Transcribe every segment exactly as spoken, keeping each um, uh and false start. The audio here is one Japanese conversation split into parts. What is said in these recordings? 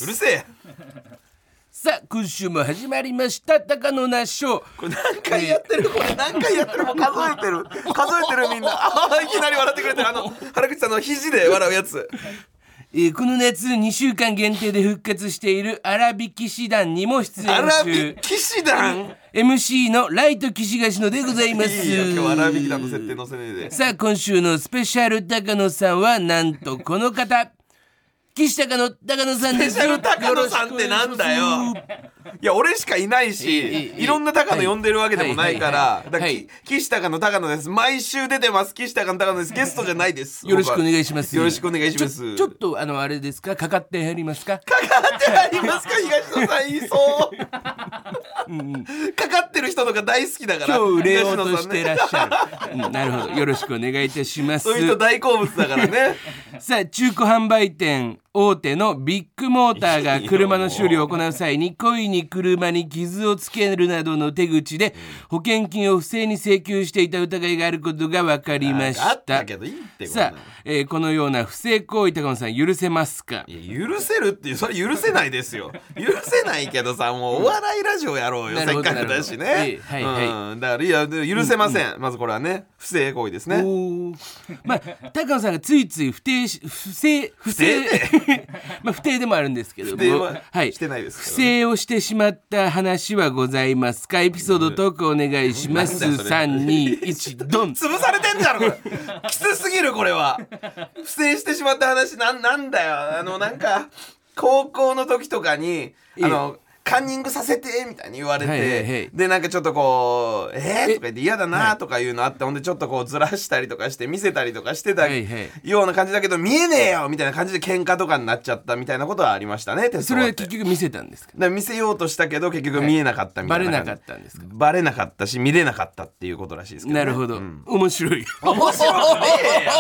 うるせえ。 さあ今週も始まりました高野那賞。 これ何回やってる、これ何回やってる、もう数えてる数えてるみんな。ああいきなり笑ってくれてる。あの原口さんの肘で笑うやつ。 えー、この夏にしゅうかん限定で復活している荒引き師団にも出演中。 荒引き師団エムシー のライト岸菓子のでございます。 いいよ、今日は荒引き団の設定載せねえで。 さあ今週のスペシャル高野さんはなんとこの方、岸高野高野さんです。 スペシャル高野さんってなんだよ。いや俺しかいないし、いろんな高野呼んでるわけでもないから、だから岸高野高野です。毎週出てます。岸高野高野です。ゲストじゃないです。 よろしくお願いします。 よろしくお願いします。 ちょ、ちょっとあのあれですか、かかってやりますか。 かかってやりますか。東野さん言いそううん、かかってる人とか大好きだから。 今日売れようとしてらっしゃる、ねうん、なるほど、よろしくお願いいたします。 そういう人大好物だからねさあ中古販売店大手のビッグモーターが車の修理を行う際に故意に車に傷をつけるなどの手口で保険金を不正に請求していた疑いがあることが分かりました。 あったけどいいってこと。 さあ、えー、このような不正行為高野さん許せますか。 いや許せるっていう、それ許せないですよ。許せないけどさ、もうお笑いラジオやろうよ、せっかくだしね、えーはいはいうん、だからいや許せません、うんうん、まずこれはね不正行為ですね。おまあ高野さんがついつい不定し不正不正まあ不定でもあるんですけども、 不正ははい、してないですけど、ね、 不正をしてしまった話はございますか。エピソードトークお願いします。さんにいちドン。 潰されてんじゃんこれきつすぎる。これは不正してしまった話。な、なんだよ。あのなんか高校の時とかにあのカンニングさせてみたいに言われて、はいはいはい、でなんかちょっとこうえー、とか言って嫌だなとかいうのあって、ほんでちょっとこうずらしたりとかして見せたりとかしてたような感じだけど、見えねえよみたいな感じで喧嘩とかになっちゃったみたいなことはありましたね。 それは結局見せたんですか。 だから見せようとしたけど結局見えなかったみたいな、 はい、バレなかったんですか。 バレなかったし見れなかったっていうことらしいですけど、ね、 なるほど、うん、面白い面白いね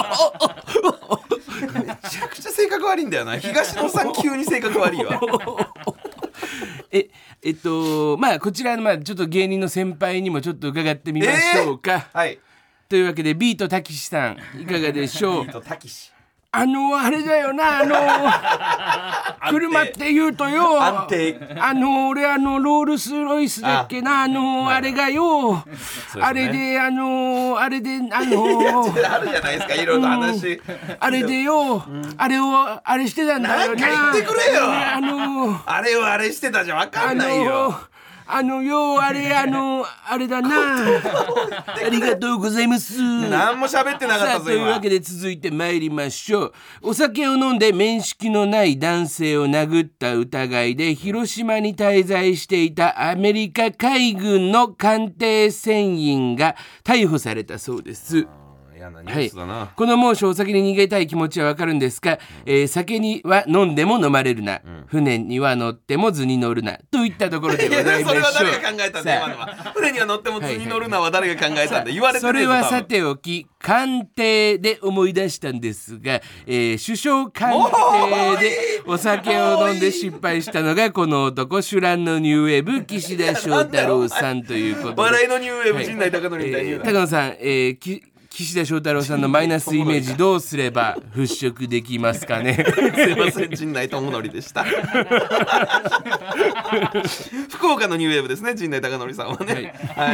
めちゃくちゃ性格悪いんだよな。東野さん急に性格悪いわええっとまあこちらのまあちょっと芸人の先輩にもちょっと伺ってみましょうか、 えー、はいというわけでビートたきしさんいかがでしょう。 ビートたきし、 あのあれだよな、あの車って言うとよ、 安定、 あの俺あのロールスロイスだっけな、あのあれがよ、ね、あれであのあれであのあるじゃないですか、いろいろ話、うん、 あれでよ、うん、あれをあれしてたんだよな。 なんか言ってくれよ、 あのあれをあれしてたじゃ分かんないよ。 あのよあれあのあれだなありがとうございます。 何も喋ってなかったぞ今。 というわけで続いて参りましょう。お酒を飲んで面識のない男性を殴った疑いで広島に滞在していたアメリカ海軍の艦艇船員が逮捕されたそうです。 嫌なニュースだな、 はい、この猛暑お酒に逃げたい気持ちはわかるんですが、うんえー、酒には飲んでも飲まれるな、うん、船には乗っても図に乗るなといったところでございましょう。 それは誰が考えたんだ今のは。船には乗っても図に乗るなは誰が考えたんだ、言われてねえぞ。 それはさておき艦艇で思い出したんですが、えー、首相艦艇でお酒を飲んで失敗したのがこの男、シュランのニューウェーブ岸田翔太郎さんということで、 笑いのニューウェーブ陣内孝則みたいに言うな、 えー、高野さん、えー、き岸田翔太郎さんのマイナスイメージどうすれば払拭できますかねすいません、陣内智則でした福岡のニューウェーブですね、陣内孝則さんはね、はい、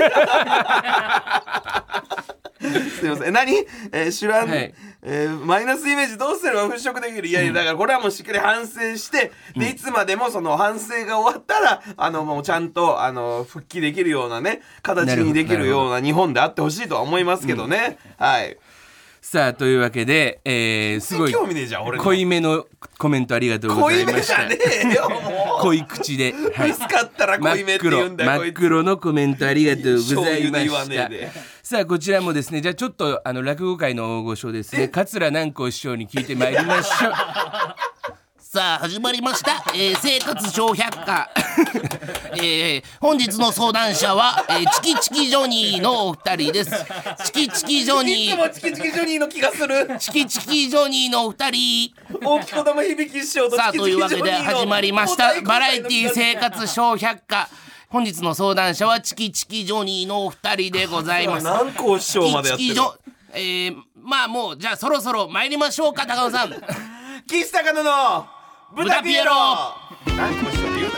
はいすいません、何、えー、シュラン、はいえー、マイナスイメージどうすれば払拭できる。いやいやだからこれはもうしっかり反省して、うん、でいつまでもその反省が終わったらあのもうちゃんとあの復帰できるようなね形にできるような日本であってほしいとは思いますけどね、うん、はい。 さあというわけで、えー、すごい濃いめのコメントありがとうございました。 濃いめじゃねえよもう濃い口で、 はい、薄かったら濃いめって言うんだよ。 真っ黒のコメントありがとうございました。さあこちらもですね、じゃあちょっとあの落語界の大御所ですね、桂南光師匠に聞いてまいりましょうさあ始まりました、えー、生活笑百科、えー、本日の相談者は、えー、チキチキジョニーのお二人です。チキチキジョニー、 いつもチキチキジョニーの気がする。 チキチキジョニーのお二人、 大木子玉響き師匠とチキチキジョニーの、さあというわけで始まりましたバラエティ生活笑百科。本日の相談者はチキチキジョニーのお二人でございます。 南光師匠までやってる。チキチキジョ、 えー、まあもうじゃあそろそろ参りましょうか高野さん岸高野の豚ピエロ。 何個一緒で言う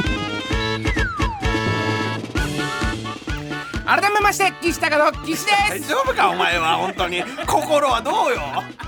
な。 改めまして岸高の岸です。 大丈夫かお前は。本当に心はどうよ。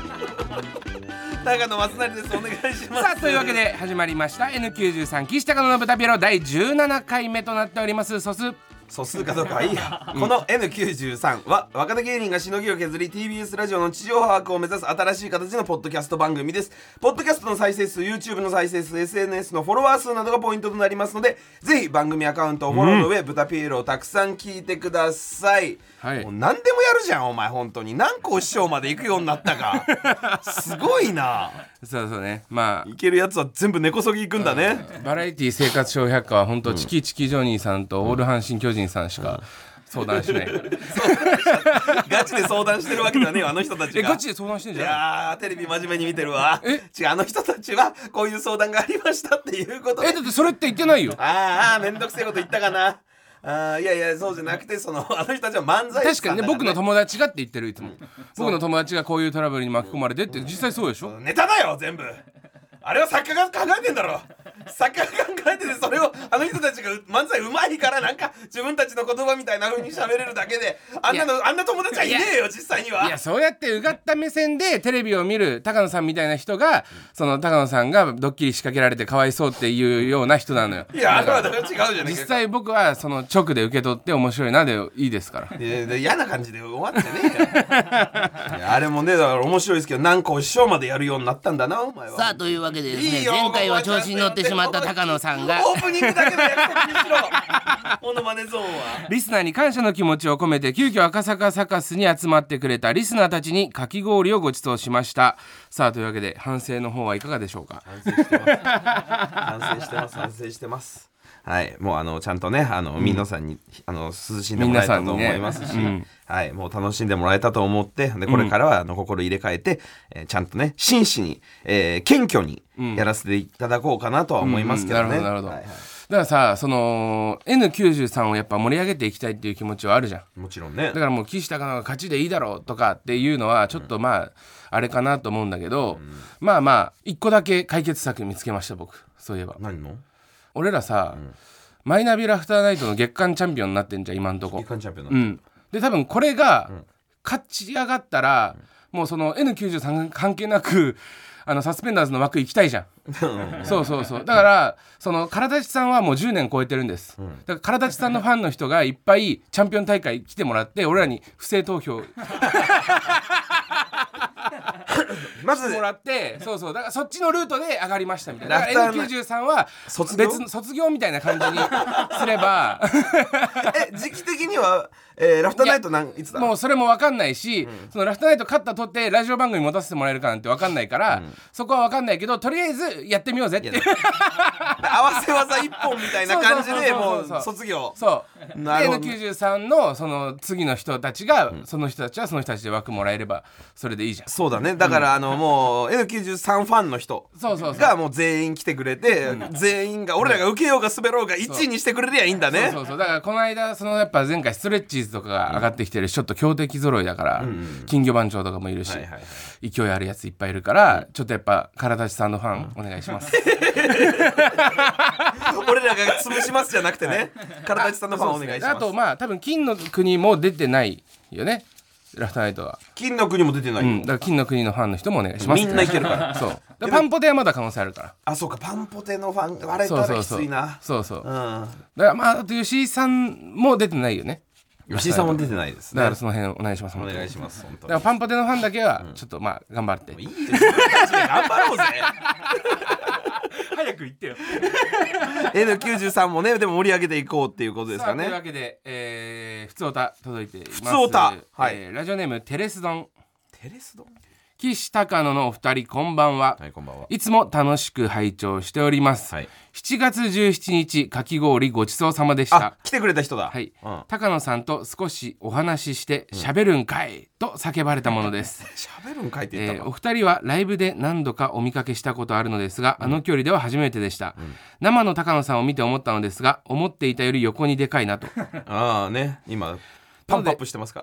高野正成です。お願いします。 さあというわけで始まりました エヌきゅうじゅうさん 岸高野の豚ピエロだいじゅうななかいめとなっております。ソス素数かどうかはいいや、うん、この エヌきゅうじゅうさん は若手芸人がしのぎを削り ティービーエス ラジオの地上波枠を目指す新しい形のポッドキャスト番組です。ポッドキャストの再生数 YouTube の再生数 エスエヌエス のフォロワー数などがポイントとなりますので、ぜひ番組アカウントをフォローの上、うん、豚ピエロをたくさん聞いてください。はい、もう何でもやるじゃんお前。本当に何個師匠まで行くようになったかすごいな。 そうそうね、まあいけるやつは全部根こそぎ行くんだね。 バラエティ生活笑百科は本当、うん、チキチキジョニーさんとオール阪神巨人さんしか相談しない、うん、 ガチで相談してるわけだねあの人たちが。 えガチで相談してんじゃん。いやーテレビ真面目に見てるわ。え違う、あの人たちはこういう相談がありましたっていうことで。 えだってそれって言ってないよ。 あーあーめんどくせえこと言ったかな。あいやいやそうじゃなくて、そのあの人たちは漫才師さんだから、ね、 確かにね、僕の友達がって言ってるいつも、うん、僕の友達がこういうトラブルに巻き込まれてって実際そうでしょ。 ネタだよ全部。あれは作家が考えてんだろ。作家が考えてて、それをあの人たちが漫才うまいからなんか自分たちの言葉みたいな風に喋れるだけで、あんなのあんな友達はいねえよ実際には。 いやそうやってうがった目線でテレビを見る高野さんみたいな人が、その高野さんがドッキリ仕掛けられてかわいそうっていうような人なのよ。 いやあれは違うじゃない。 実際僕はその直で受け取って面白いなでいいですから。 いやで嫌な感じで終わってねえよ。いやあれもねだから面白いですけど、何個師匠までやるようになったんだなお前は。 さあというわけでですね、いい前回は調子に乗ってしまった高野さんがオープニングだけの約束にしろモノマネゾーンは。 リスナーに感謝の気持ちを込めて急遽赤坂サカスに集まってくれたリスナーたちにかき氷をご馳走しました。さあというわけで反省の方はいかがでしょうか。 反省してます反省してます反省してます。はい、もうあのちゃんとねあの、うん、皆さんにあの涼しんでもらえたと思いますし、ねうん、はい、もう楽しんでもらえたと思って、でこれからはあの心入れ替えて、えー、ちゃんとね真摯に、えー、謙虚にやらせていただこうかなとは思いますけどね。 なるほどなるほど。はいはい、だからさその エヌきゅうじゅうさん をやっぱ盛り上げていきたいっていう気持ちはあるじゃん。 もちろんね。 だからもう岸高野が勝ちでいいだろうとかっていうのはちょっとまああれかなと思うんだけど、うん、まあまあ一個だけ解決策見つけました僕。そういえば何の俺らさ、うん、マイナビラフターナイトの月間チャンピオンになってんじゃん今んとこ。 月間チャンピオンになってる、 うん、で多分これが勝ち上がったら、うん、もうその エヌきゅうじゅうさん 関係なくあのサスペンダーズの枠行きたいじゃんそうそうそう。だからその唐立さんはもうじゅうねん超えてるんです、うん、だから唐立さんのファンの人がいっぱいチャンピオン大会来てもらって俺らに不正投票まずもらって、そうそうだからそっちのルートで上がりましたみたいな。だから エヌきゅうじゅうさん は別の卒業みたいな感じにすればえ時期的には、えー、ラフターナイトなんいつだ。 もうそれも分かんないし、うん、そのラフターナイト勝ったとってラジオ番組持たせてもらえるかなんて分かんないから、うん、そこは分かんないけどとりあえずやってみようぜって合わせ技一本みたいな感じでもう卒業。 そうで エヌきゅうじゅうさん のその次の人たちが、うん、その人たちはその人たちで枠もらえればそれでいいじゃん。 そうだね。だから、うん、あのもう エヌきゅうじゅうさん ファンの人がもう全員来てくれて、うん、全員が俺らが受けようが滑ろうがいちいにしてくれりゃいいんだね。 そうそうそうだからこの間そのやっぱ前回ストレッチーズとかが上がってきてるちょっと強敵揃いだから、うん、金魚番長とかもいるし、はいはいはい、勢いあるやついっぱいいるから、うん、ちょっとやっぱ唐立さんのファンお願いします俺らが潰しますじゃなくてね唐立さんのファンお願いします。 あとまあ多分金の国も出てないよねラフターナイトは。 金の国も出てない、 うん、だから金の国のファンの人もお願いします。 みんないけるからそうだパンポテはまだ可能性あるから。 あそうかパンポテのファン割れたらきついな。 そうそうそうそうそう、うん、だからまああと吉井さんも出てないよね。 吉井さんも出てないですね。 だからその辺お願いします。 お願いします本当に。 だからパンポテのファンだけはちょっとまあ頑張って、うん、いいですね頑張ろうぜ早く言ってよエヌきゅうじゅうさん もねでも盛り上げていこうっていうことですかね。 というわけで、えー、ふつおた届いています。 ふつおた、はいえー、ラジオネームテレスドン。 テレスドン岸高野のお二人こんばんは、 はい、こんばんは。 いつも楽しく拝聴しております、はい、しちがつじゅうしちにちかき氷ごちそうさまでした。 あ来てくれた人だ。 はい、うん、高野さんと少しお話しして喋るんかい、と叫ばれたものです喋るんかいって言ったの、 えー、お二人はライブで何度かお見かけしたことあるのですが、うん、あの距離では初めてでした、うん、生の高野さんを見て思ったのですが思っていたより横にでかいなとああね今パンプアップしてますから。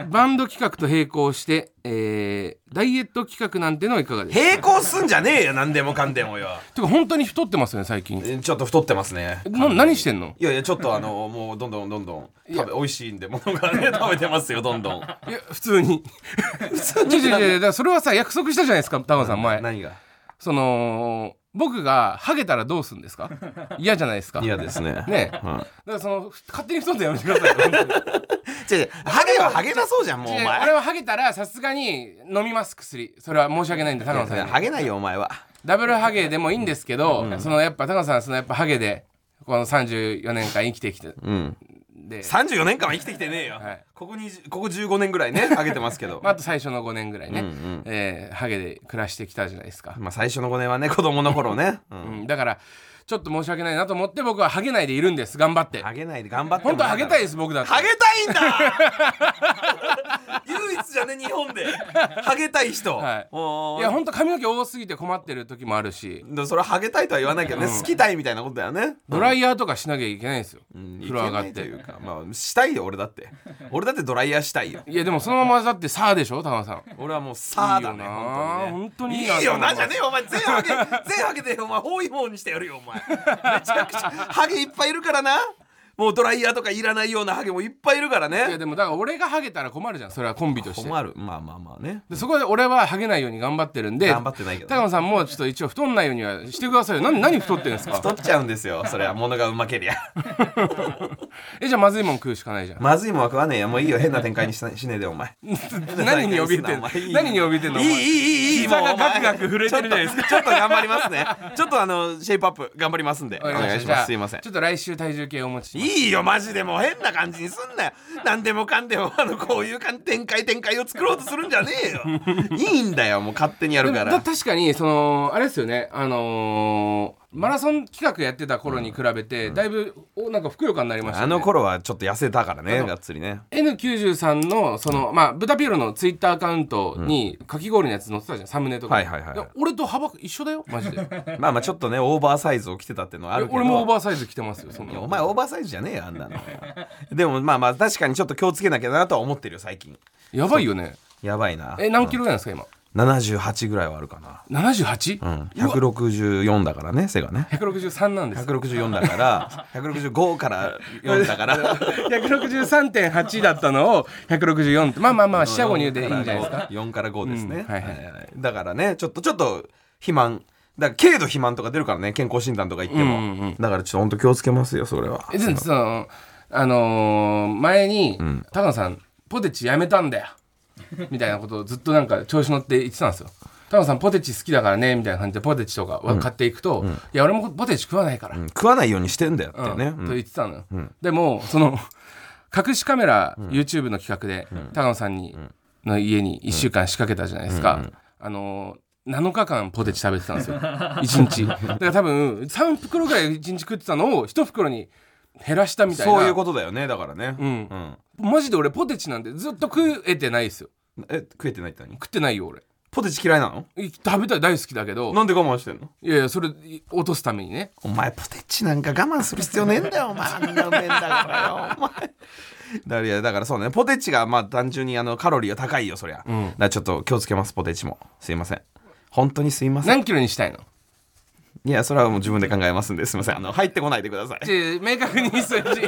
バンド企画と並行して、えー、ダイエット企画なんてのはいかがですか？ 並行すんじゃねえよ、何でもかんでもよ。 てか本当に太ってますね最近。 えちょっと太ってますね。 な何してんの？ いやいやちょっとあのもうどんどんどんどん食べ美味しいんでものがね食べてますよどんどん。 いや普通に普通に。違う違う違う、だからそれはさ約束したじゃないですか高野さん前。 何が？ その僕がハゲたらどうするんですか？嫌じゃないですか。 嫌ですね。 ね、 うん、 だからその勝手に太ってやめてください。本当に違うハゲはハゲなそうじゃんもうお前。 俺はハゲたらさすがに飲みます薬。それは申し訳ないんで高野さんに。 ハゲないよお前は。 ダブルハゲでもいいんですけど、うん、そのやっぱ高野さんそのやっぱハゲでこのさんじゅうよねんかん生きてきて、うん、 でさんじゅうよねんかんは生きてきてねえよ、はい、ここにここじゅうごねんぐらいねハゲてますけど、 まあ、あと最初のごねんぐらいね、うんうん、えー、ハゲで暮らしてきたじゃないですか。 まあ最初のごねんはね子供の頃ね、 うんうん、だからちょっと申し訳ないなと思って僕はハゲないでいるんです。頑張って。 ハゲないで頑張って。 本当はハゲたいです僕だって。 ハゲたいんだ唯一じゃね日本でハゲたい人、 はい、いや本当髪の毛多すぎて困ってる時もあるし。 それはハゲたいとは言わないけどね、うん、好きたいみたいなことだよね。 ドライヤーとかしなきゃいけないんですよ、うん、風呂上がってというか、まあ、したいよ俺だって俺だってドライヤーしたいよ。 いやでもそのままだってサーでしょ高野さん。 俺はもうサーだね。 本当にね。 いいよなじゃねえよお前。全ハゲ全ハゲでお前包囲網にしてやるよお前。めちゃくちゃハゲいっぱいいるからな。もうドライヤーとかいらないようなハゲもいっぱいいるからね。 いやでもだから俺がハゲたら困るじゃん。それはコンビとして困る。まあまあまあね。 でそこで俺はハゲないように頑張ってるんで。 頑張ってないけど、ね、 高野さんもちょっと一応太んないようにはしてくださいよ。何何太ってるんですか？ 太っちゃうんですよそれは物がうまけりゃえじゃあまずいもん食うしかないじゃん。 まずいもんは食わねえよ。もういいよ変な展開にしなしねえでお前何に怯えてんの？何に怯えてんの？ いいいいいいいい膝がガクガク震えてるじゃないですか。 ちょっと頑張りますねちょっとあのシェイプアップ頑張りますんでお願いします。すいません。 ちょっと来週体重計をお持ちします。 いいよマジでもう変な感じにすんなよ。何でもかんでもあのこういう展開展開を作ろうとするんじゃねえよいいんだよもう勝手にやるから。 だ確かにそのあれですよね、あのー、マラソン企画やってた頃に比べて、うん、だいぶおなんかふくよかになりましたね。 あの頃はちょっと痩せたからねがっつりね。 エヌきゅうじゅうさん のその、まあ、ブタピエロのツイッターアカウントにかき氷のやつ載ってたじゃんサムネとか、 はいはいはい、 俺と幅一緒だよマジでまあまあちょっとねオーバーサイズを着てたっていうのはあるけど。 俺もオーバーサイズ着てますよそんな。 お前オーバーサイズじゃねえよあんなのでもまあまあ確かにちょっと気をつけなきゃなとは思ってるよ最近。 やばいよね。 やばいな。 え何キロなんですか今？ ななじゅうはちぐらいはあるかな。 ななじゅうはち？ うん、ひゃくろくじゅうよんだからね背がね。 ひゃくろくじゅうさんなんです。 ひゃくろくじゅうよんだからひゃくろくじゅうごからよんだからひゃくろくじゅうさんてんはち だったのをひゃくろくじゅうよんってまあまあまあ四捨五入でいいんじゃないですか。 よんからごですね、 うんはいはいはい、 だからねちょっとちょっと肥満だから軽度肥満とか出るからね健康診断とか行っても、うんうんうん、だからちょっと本当気をつけますよそれは。 えでもそのあのー、前に、うん、高野さんポテチやめたんだよみたいなことをずっとなんか調子乗って言ってたんですよ。高野さんポテチ好きだからねみたいな感じでポテチとか買っていくと、うん、いや俺もポテチ食わないから、 うん、食わないようにしてんだよってね、 うん、と言ってたのよ、うん、でもその隠しカメラ、うん、YouTube の企画で、うん、高野さんに、うん、の家にいっしゅうかん仕掛けたじゃないですか、うんうん、あのー、なのかかんポテチ食べてたんですよいちにちだから多分さん袋ぐらいいちにち食ってたのをいち袋に減らしたみたいな。 そういうことだよねだからね、 うんうん、マジで俺ポテチなんてずっと食えてないですよ。 え食えてないって何？ 食ってないよ俺。 ポテチ嫌いなの？ 食べたい大好きだけど。 なんで我慢してんの？ いやいやそれ落とすためにね。 お前ポテチなんか我慢する必要ねえんだよお前あんなうめえんだからよお前だからいやだからそうねポテチがまあ単純にあのカロリーは高いよそりゃ、うん、だからちょっと気をつけますポテチもすいません本当にすいません。 何キロにしたいの？ いやそれはもう自分で考えますんですいませんあの入ってこないでください。 ち明確に数字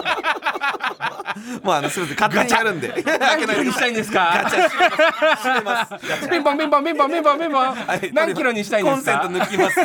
もうあのすみません勝手にやるんで何キロにしたいんですか？ガチャ閉めます閉めますピンポンピンポンピンポンピンポンピンポン、はい、何キロにしたいんですか？ コンセント抜きます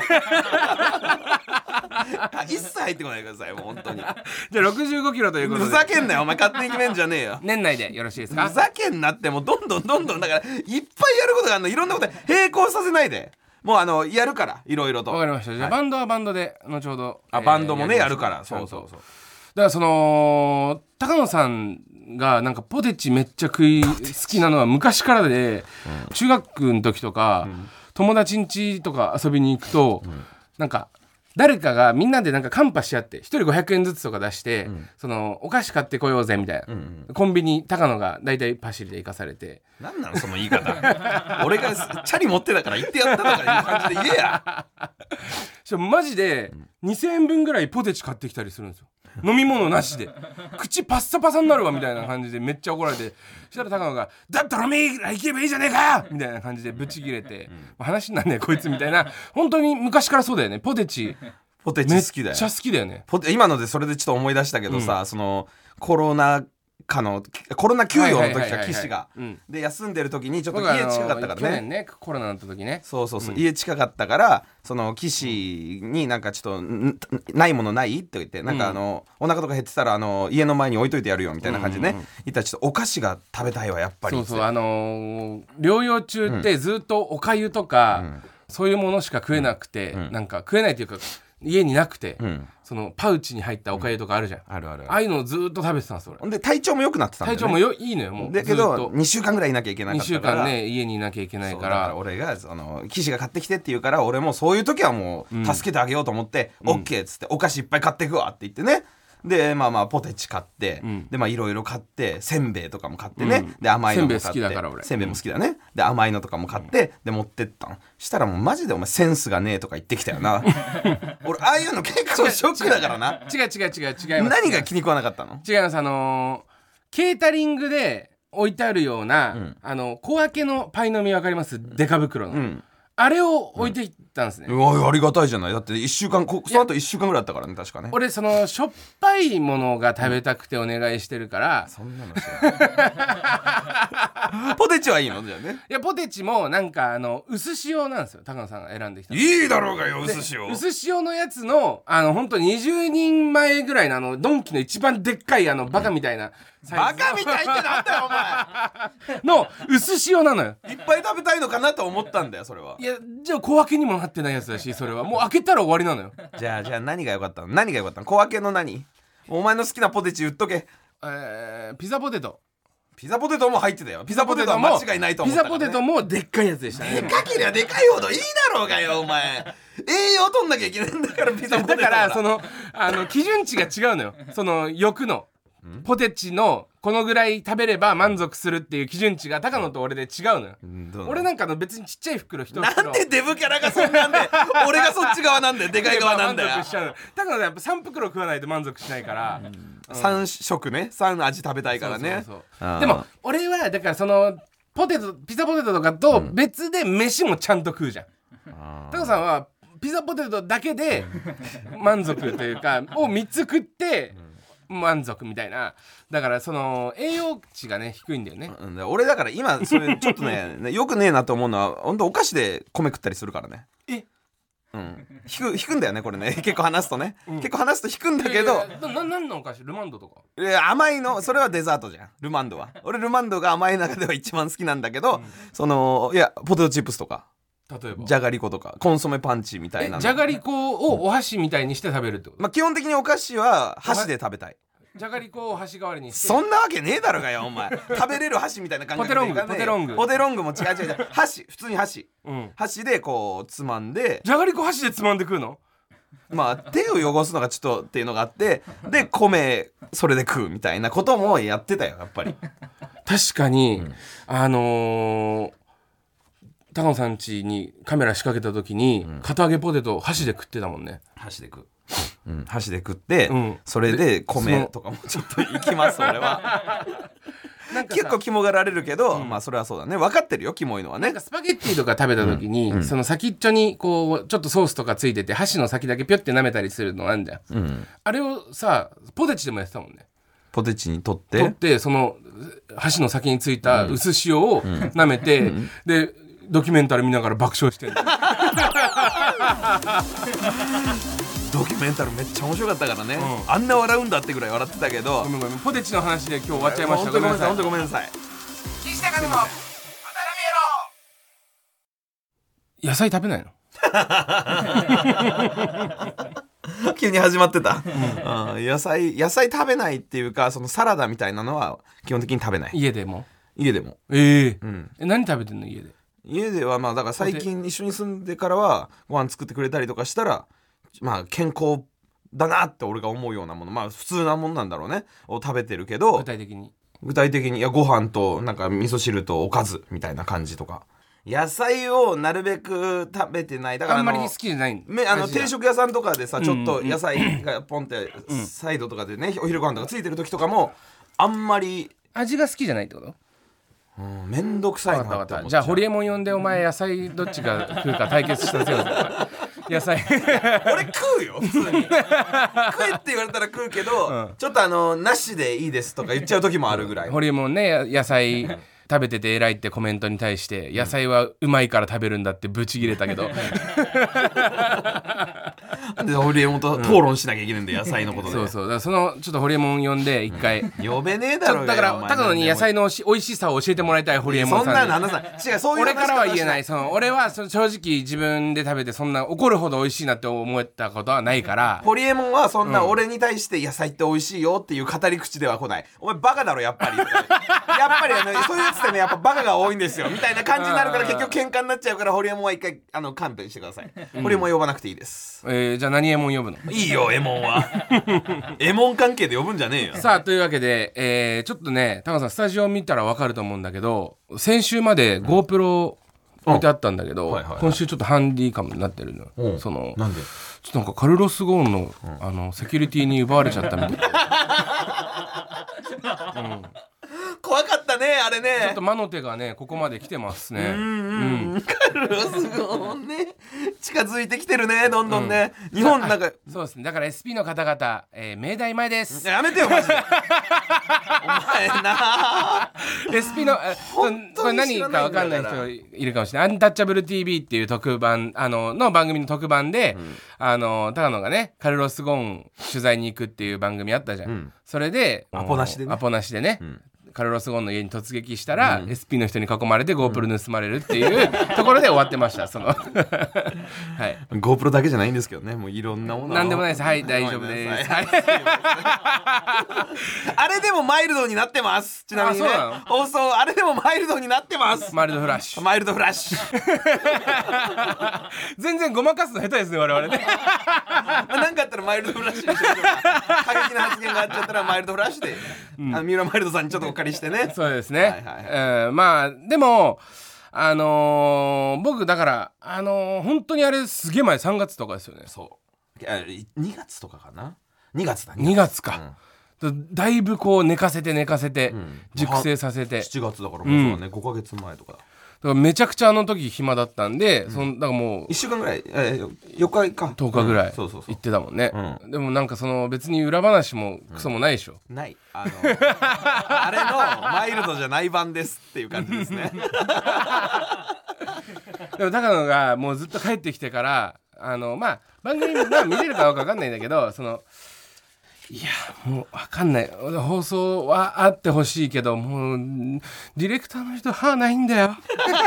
一切入ってこないでくださいもう本当に。 じゃあろくじゅうごキロということで。 ふざけんなよお前勝手に決めんじゃねえよ。 年内でよろしいですか？ ふざけんなってもうどんどんどんどんだからいっぱいやることがあるのいろんなこと並行させないでもうあのやるからいろいろと。 わかりました。じゃあ、はい、バンドはバンドで後ほどあ、えー、バンドもね や, やるからそうそうそう。 だからその高野さんがなんかポテチめっちゃ食い好きなのは昔からで、うん、中学の時とか、うん、友達ん家とか遊びに行くと、うん、なんか誰かがみんなでなんかカンパし合って一人ごひゃくえんずつとか出して、うん、そのお菓子買ってこようぜみたいな、うんうん、コンビニ高野が大体パシリで行かされて。 なんなのその言い方俺がチャリ持ってたから行ってやったとかいう感じで言えやマジでにせんえんぶんぐらいポテチ買ってきたりするんですよ。 飲み物なしで口パッサパサになるわみたいな感じでめっちゃ怒られて、そしたら高野がだったら飲み行けばいいじゃねえかよみたいな感じでブチ切れて、うん、話になんねえこいつみたいな。本当に昔からそうだよね。ポテチポテチ好きだよ。めっちゃ好きだよね。 ポテ今のでそれでちょっと思い出したけどさ、うん、そのコロナかのコロナ休養の時か岸がで休んでる時にちょっと家近かったからね。 去年ねコロナの時ね。 そうそうそう、うん、家近かったからその岸になんかちょっとないものないって言ってなんかあの、うん、お腹とか減ってたらあの家の前に置いといてやるよみたいな感じでね、うんうん、言ったらちょっとお菓子が食べたいわやっぱり。 そうそうあのー、療養中ってずっとおかゆとか、うん、そういうものしか食えなくて、うん、なんか食えないというか家になくて、うん、そのパウチに入ったおかゆとかあるじゃん、うん、あるあるああいうのをずっと食べてたんです俺。 で体調も良くなってたんだよね。 体調もよいいのよもう。 だけどにしゅうかんぐらいいなきゃいけなかったからにしゅうかんね家にいなきゃいけないから、から俺がその岸が買ってきてって言うから俺もそういう時はもう助けてあげようと思って、うん、オッケーっつってお菓子いっぱい買っていくわって言ってね。でまあまあポテチ買って、うん、でまあいろいろ買ってせんべいとかも買ってね、うん、で甘いのも買ってせんべい好きだから俺せんべいも好きだね、うん、で甘いのとかも買って、うん、で持ってったの。したらもうマジでお前センスがねえとか言ってきたよな俺ああいうの結構ショックだからな。 違う違う違う違います。 何が気に食わなかったの？ 違います。あのー、ケータリングで置いてあるような、うん、あの小分けのパイの実わかります？デカ袋の、うん、あれを置いていったんですね、 うん、うわありがたいじゃない。だっていっしゅうかんこその後いっしゅうかんぐらいあったからね確かね。 俺そのしょっぱいものが食べたくてお願いしてるから、うん、 そんなの知らないポテチはいいのじゃあね。 いやポテチもなんかあの薄塩なんですよ高野さんが選んできた。 いいだろうがよ薄塩。 薄塩のやつのあの本当にじゅうにんまえぐらいのあのドンキの一番でっかいあのバカみたいな、うんバカみたいってなんだよお前の薄塩なのよ。 いっぱい食べたいのかなと思ったんだよそれは。 いやじゃあ小分けにもなってないやつだしそれはもう開けたら終わりなのよ。 じゃあじゃあ何が良かったの？何が良かったの？小分けの何？お前の好きなポテチ言っとけ。 えー、ピザポテト。 ピザポテトも入ってたよ。ピザポテトは間違いないと思ったから、ね、 ピザポテトもでっかいやつでしたね。 でかけりゃでかいほどいいだろうがよお前栄養取んなきゃいけないんだからピザポテトだからそのあの基準値が違うのよ。その欲のポテチのこのぐらい食べれば満足するっていう基準値が高野と俺で違うのよ、うん、俺なんかの別にちっちゃい袋一袋なんでデブキャラがそんなんで俺がそっち側なんだよでかい側なんだよ。 満足しちゃうの高野はやっぱさん袋食わないと満足しないから、うんうん、さん食ねさん味食べたいからね。 そうそうそうでも俺はだからそのポテトピザポテトとかと別で飯もちゃんと食うじゃん、うん、高野さんはピザポテトだけで満足というかをみっつ食って満足みたいな。だからその栄養値がね低いんだよね、 うん、俺だから今それちょっとねよくねえなと思うのは本当お菓子で米食ったりするからね。 えうん、引く引くんだよねこれね結構話すとね、うん、結構話すと引くんだけど、 えー、な何のお菓子？ルマンドとか？ いや甘いのそれはデザートじゃんルマンドは。俺ルマンドが甘い中では一番好きなんだけど、うん、そのいやポテトチップスとか例えばじゃがりことかコンソメパンチみたいなの。 じゃがりこをお箸みたいにして食べるってこと？ まあ基本的にお菓子は箸で食べたい。 じゃがりこを箸代わりにして。 そんなわけねえだろがよお前食べれる箸みたいな感じで、 ポテロングポテロングポテロングも違う違う違う箸普通に箸、うん、箸でこうつまんでじゃがりこ箸でつまんで食うの？ まあ手を汚すのがちょっとっていうのがあってで米それで食うみたいなこともやってたよやっぱり。 確かに、うん、あのー高野さん家にカメラ仕掛けた時に、うん、堅揚げポテト箸で食ってたもんね。 箸で食う、うん、箸で食って、うん、それで米とかもちょっといきます俺はなんか結構肝がられるけど、うん、まあそれはそうだね分かってるよキモいのはね。 なんかスパゲッティとか食べた時に、うん、その先っちょにこうちょっとソースとかついてて箸の先だけピョって舐めたりするのあんじゃん、うん、あれをさポテチでもやってたもんね。 ポテチに取って取ってその箸の先についた薄塩を舐めて、うん、でドキュメンタル見ながら爆笑してるドキュメンタルめっちゃ面白かったからね、うん、あんな笑うんだってぐらい笑ってたけど。 ごめんごめんポテチの話で今日終わっちゃいました。 ごめんなさい本当ごめんなさい。 岸高野の渡辺野菜食べないの急に始まってた、うんうん、野菜野菜食べないっていうかそのサラダみたいなのは基本的に食べない。 家でも家でもえーうん、え何食べてんの家で？ 家ではまあだから最近一緒に住んでからはご飯作ってくれたりとかしたらまあ健康だなって俺が思うようなものまあ普通なものなんだろうねを食べてるけど具体的に具体的にいやご飯となんか味噌汁とおかずみたいな感じとか野菜をなるべく食べてない。だからあんまり好きじゃないんめあの定食屋さんとかでさ、ちょっと野菜がポンってサイドとかでね、お昼ご飯とかついてる時とかもあんまり味が好きじゃないってこと？ うん、めんどくさいなって思っちゃう。 じゃあホリエモン呼んでお前野菜どっちが食うか対決したせよ野菜俺食うよ普通に食えって言われたら食うけど、うん、ちょっとあのなしでいいですとか言っちゃう時もあるぐらい。 ホリエモンね野菜食べてて偉いってコメントに対して野菜はうまいから食べるんだってブチギレたけどなんでホリエモンと討論しなきゃいけないんで、うん、野菜のことで。 そうそうだからそのちょっとホリエモン呼んで一回、うん、 呼べねえだろうよ。 だから高野に野菜の美味しさを教えてもらいたいホリエモンさんに。 そんなのさ違うそういう俺からは言えない。その俺はその正直自分で食べてそんな怒るほど美味しいなって思ったことはないから。 ホリエモンはそんな俺に対して野菜って美味しいよっていう語り口では来ない。お前バカだろやっぱりやっぱり、ね、そういうやつってねやっぱバカが多いんですよみたいな感じになるから結局喧嘩になっちゃうから、ホリエモンは一回あの勘弁してください。うん、ホリエモン呼ばなくていいです。 えー、じゃあ何エモン呼ぶの？ いいよエモンはエモン関係で呼ぶんじゃねえよ。 さあというわけで、えー、ちょっとね高野さんスタジオ見たら分かると思うんだけど、先週まで GoPro 置いてあったんだけど、うんはいはいはい、今週ちょっとハンディカムになってるの、うん、そのなんでちょっとなんかカルロス・ゴーンの、うん、あのセキュリティに奪われちゃったみたいな、うん怖かったねあれね。 ちょっと魔の手がねここまで来てますね。 うんうん、うん、カルロスゴーンね近づいてきてるねどんどんね、うん、日本なんかそうですね。だから エスピー の方々、えー、明大前です。 やめてよマジでお前なエスピー のこれ何か分かんない人いるかもしれない。アンタッチャブル ティーブイ っていう特番あのの番組の特番で、うん、あの高野がねカルロス・ゴーン取材に行くっていう番組あったじゃん、うん、それでアポなしでねアポなしでね、うんカルロス・ゴーンの家に突撃したら、うん、エスピー の人に囲まれて GoPro 盗まれるっていうところで終わってましたそのはい GoPro だけじゃないんですけどね、もういろんなものなんでもないです。はい大丈夫です、はい、 あれでもマイルドになってます。ちなみにね放送あれでもマイルドになってます。 マイルドフラッシュマイルドフラッシュ全然ごまかすの下手ですね我々ねなんかあったらマイルドフラッシュにしましょうか。過激な発言があっちゃったらマイルドフラッシュで、うん、あの三浦マイルドさんにちょっとお借りしてね。 そうですね、はいはいはいうん、まあでもあのー、僕だからあのー、本当にあれすげえ前さんがつとかですよね。 そうにがつとかかな。にがつだにがつか、うん、だいぶこう寝かせて寝かせて、うん、熟成させてしちがつだからもうそうだね、うん、ごかげつまえとかだ。 だからめちゃくちゃあの時暇だったんで、うん、そのだからもういっしゅうかんぐらい、えー、よっかかとおかぐらい行ってたもんね、うん、でもなんかその別に裏話もクソもないでしょ、 うん、ないあのあれのマイルドじゃない版ですっていう感じですねでも高野がもうずっと帰ってきてからあのまあ番組が見れるかどうか分かんないんだけどそのいやもう分かんない放送はあってほしいけどもうディレクターの人歯ないんだよ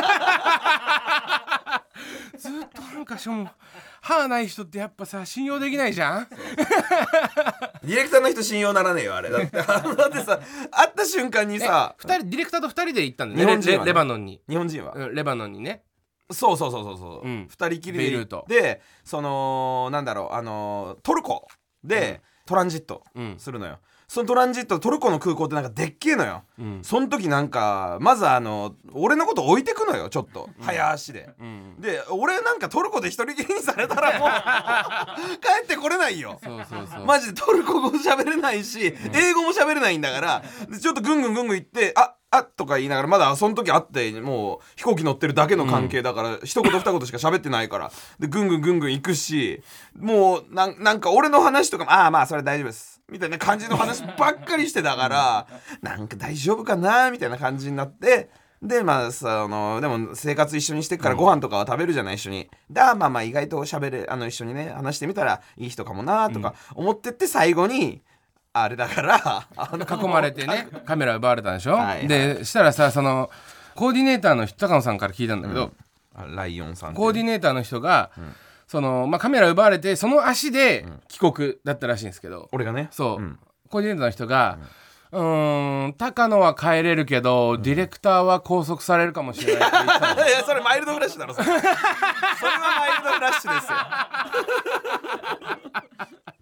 ずっとなんかしょも歯ない人ってやっぱさ信用できないじゃんディレクターの人信用ならねえよあれだってだってさ会った瞬間にさふたりディレクターとふたりで行ったんだよね。日本人はねレバノンに日本人は、 うん、レバノンにねそうそうそうそうそう、うん、ふたりきりで行ってそのなんだろうあのトルコで、うんトランジットするのよ、うん、そのトランジットトルコの空港ってなんかでっけえのよ、うん、その時なんかまずあの俺のこと置いてくのよちょっと、うん、早足で、うん、で俺なんかトルコで一人きりにされたらもう帰ってこれないよ。そうそうそうマジでトルコ語喋れないし、うん、英語も喋れないんだからちょっとぐんぐんぐんぐん言ってああとか言いながらまだその時会ってもう飛行機乗ってるだけの関係だから、うん、一言二言しか喋ってないからでぐんぐんぐんぐん行くしもう な, なんか俺の話とかもああまあそれ大丈夫ですみたいな感じの話ばっかりしてたからなんか大丈夫かなみたいな感じになってでまあそのでも生活一緒にしてっからご飯とかは食べるじゃない一緒にだまあまあ意外と喋れあの一緒にね話してみたらいい人かもなとか思ってって最後にあれだから囲まれてねカメラ奪われたんでしょ、はいはい、でしたらさそのコーディネーターの人高野さんから聞いたんだけど、 うん、ライオンさんコーディネーターの人が、うんそのまあ、カメラ奪われてその足で帰国だったらしいんですけど、 うん、俺がねそう、うん、コーディネーターの人が、うん、うーん高野は帰れるけど、うん、ディレクターは拘束されるかもしれないって言ってたいやそれマイルドフラッシュだろそれそれはマイルドフラッシュですよ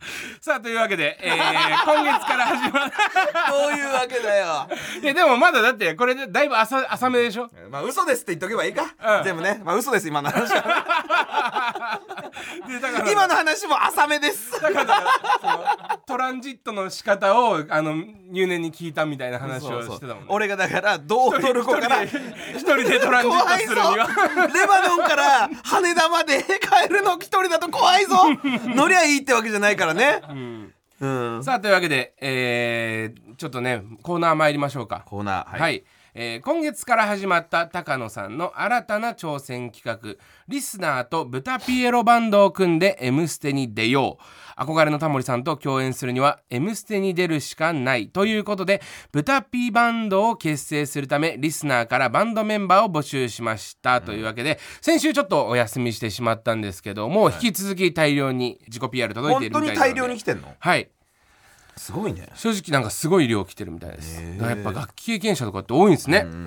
さあというわけで、えー、今月から始まるどういうわけだよ。 いやでもまだだってこれでだいぶ浅浅めでしょ。 まあ嘘ですって言っとけばいいか、 うん、 全部ね。まあ嘘です今の話はでだから今の話も浅めです。 だからそのトランジットの仕方をあの入念に聞いたみたいな話をしてたもんね。 俺がだからどうトルコから一人でトランジットするにはレバノンから羽田まで帰るの一人だと怖いぞ乗りゃいいってわけじゃないからね、うんうん、さあというわけで、えー、ちょっとねコーナー参りましょうか。 コーナーはい、はい、 えー、今月から始まった高野さんの新たな挑戦企画、リスナーと豚ピエロバンドを組んで M ステに出よう。憧れのタモリさんと共演するには M ステに出るしかないということで、豚ピバンドを結成するためリスナーからバンドメンバーを募集しました、うん、というわけで先週ちょっとお休みしてしまったんですけども、はい、引き続き大量に自己 ピーアール 届いているみたいなので。 本当に大量に来てんの？ はい、 すごいね。 正直なんかすごい量来てるみたいです。だからやっぱ楽器経験者とかって多いんですね。うん、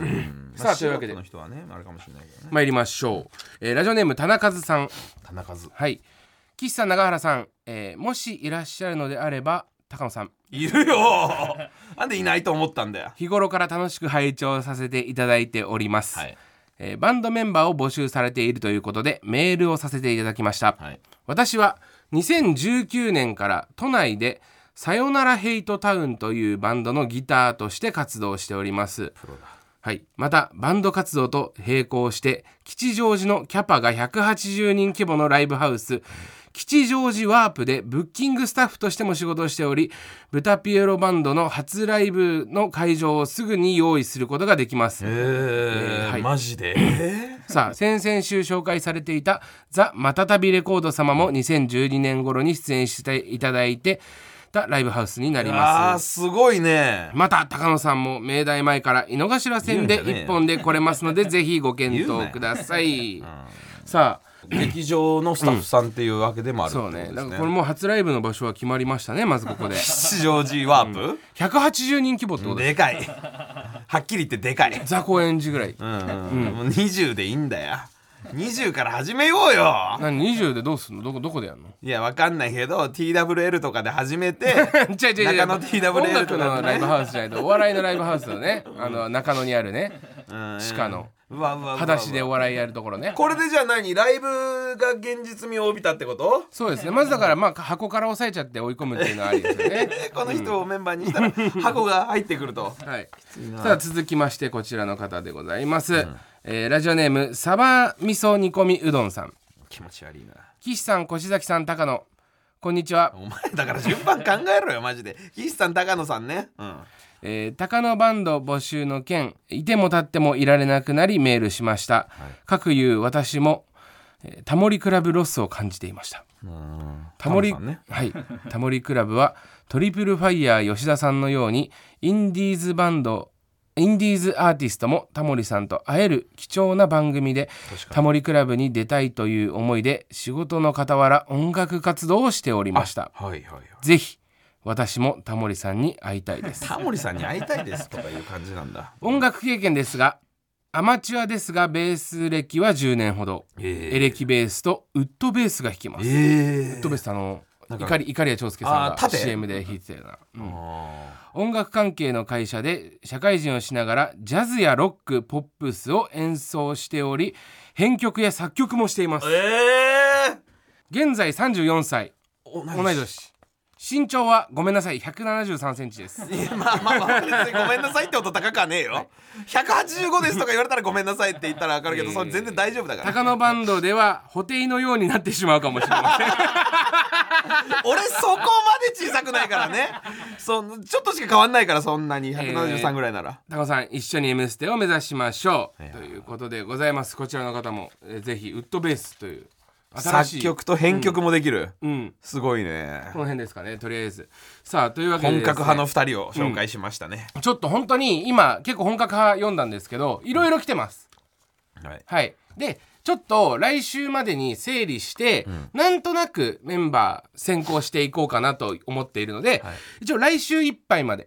さあというわけでの人はねあれかもしれないけどね。 参りましょう、えー、ラジオネーム田中さん。 田中ずはい。岸さん永原さん、えー、もしいらっしゃるのであれば高野さんいるよなんでいないと思ったんだよ。 日頃から楽しく拝聴させていただいております、はい。えー、バンドメンバーを募集されているということでメールをさせていただきました、はい。私はにせんじゅうきゅうねんから都内でさよならヘイトタウンというバンドのギターとして活動しております。プロだ。はい、またバンド活動と並行して吉祥寺のキャパがひゃくはちじゅうにん規模のライブハウス、うん、吉祥寺ワープでブッキングスタッフとしても仕事をしており、豚ピエロバンドの初ライブの会場をすぐに用意することができます。 へー、えーはい、マジでさあ先々週紹介されていたザ・マタタビレコード様もにせんじゅうにねん頃に出演していただいてたライブハウスになります。 あーすごいね。 また高野さんも明大前から井の頭線でいっぽんで来れますのでぜひご検討ください、うん、さあ劇場のスタッフさんっていうわけでもある、 うん、そうね。だからこれもう初ライブの場所は決まりましたね。まずここで吉祥寺ワープ、うん、 ひゃくはちじゅうにん規模ってことでかいはっきり言ってでかい。 ザ高円寺ぐらい、 うんうんうん、もうにじゅうでいいんだよ。にじゅうから始めようよ。 何にじゅうでどうすんの？どこどこでやんの？ いやわかんないけど ティーダブリューエル とかで始めて中野 ティーダブリューエル とか、ね、 音楽のライブハウスじゃないとお笑いのライブハウスのねあの中野にあるね地下の裸足でお笑いやるところね。 これでじゃあ何ライブが現実味を帯びたってこと？ そうですね。まずだからまあ箱から押さえちゃって追い込むっていうのはありですよねこの人をメンバーにしたら箱が入ってくると、 はい、さあ続きましてこちらの方でございます、うんえー、ラジオネームサバ味噌煮込みうどんさん。 気持ち悪いな。 岸さん越崎さん高野こんにちは。 お前だから順番考えろよマジで。岸さん高野さんね、うんえー、高野バンド募集の件いても立ってもいられなくなりメールしました、はい、かくいう私も、えー、タモリクラブロスを感じていました。うんタモリ、ねはい、タモリクラブはトリプルファイヤー吉田さんのようにインディーズバンドインディーズアーティストもタモリさんと会える貴重な番組でタモリクラブに出たいという思いで仕事の傍ら音楽活動をしておりました、はいはいはい、ぜひ私もタモリさんに会いたいです。 タモリさんに会いたいですとかいう感じなんだ。 音楽経験ですがアマチュアですがベース歴はじゅうねんほど、えー、エレキベースとウッドベースが弾けます、えー、ウッドベースあのいかり谷長介さんが シーエム で弾いてたような、うん、音楽関係の会社で社会人をしながらジャズやロックポップスを演奏しており編曲や作曲もしています、えー、現在さんじゅうよんさい同い年。身長はごめんなさいひゃくななじゅうさんセンチです。 いやまあまあまあ別にごめんなさいって音高くはねえよひゃくはちじゅうごですとか言われたらごめんなさいって言ったら分かるけど、えー、それ全然大丈夫だから。 高野バンドでは布袋のようになってしまうかもしれません俺そこまで小さくないからねそちょっとしか変わんないからそんなにひゃくななじゅうさんぐらいなら、 えー、高野さん一緒に M ステを目指しましょう、えー、ということでございます。こちらの方も、えー、ぜひウッドベースという作曲と編曲もできる、 うんうん、 すごいね。 この辺ですかねとりあえず。さあというわけで、ね、 本格派のふたりを紹介しましたね、 うん、ちょっと本当に今結構本格派読んだんですけどいろいろ来てます、はい、はい、でちょっと来週までに整理して、うん、なんとなくメンバー選考していこうかなと思っているので、はい、一応来週いっぱいまで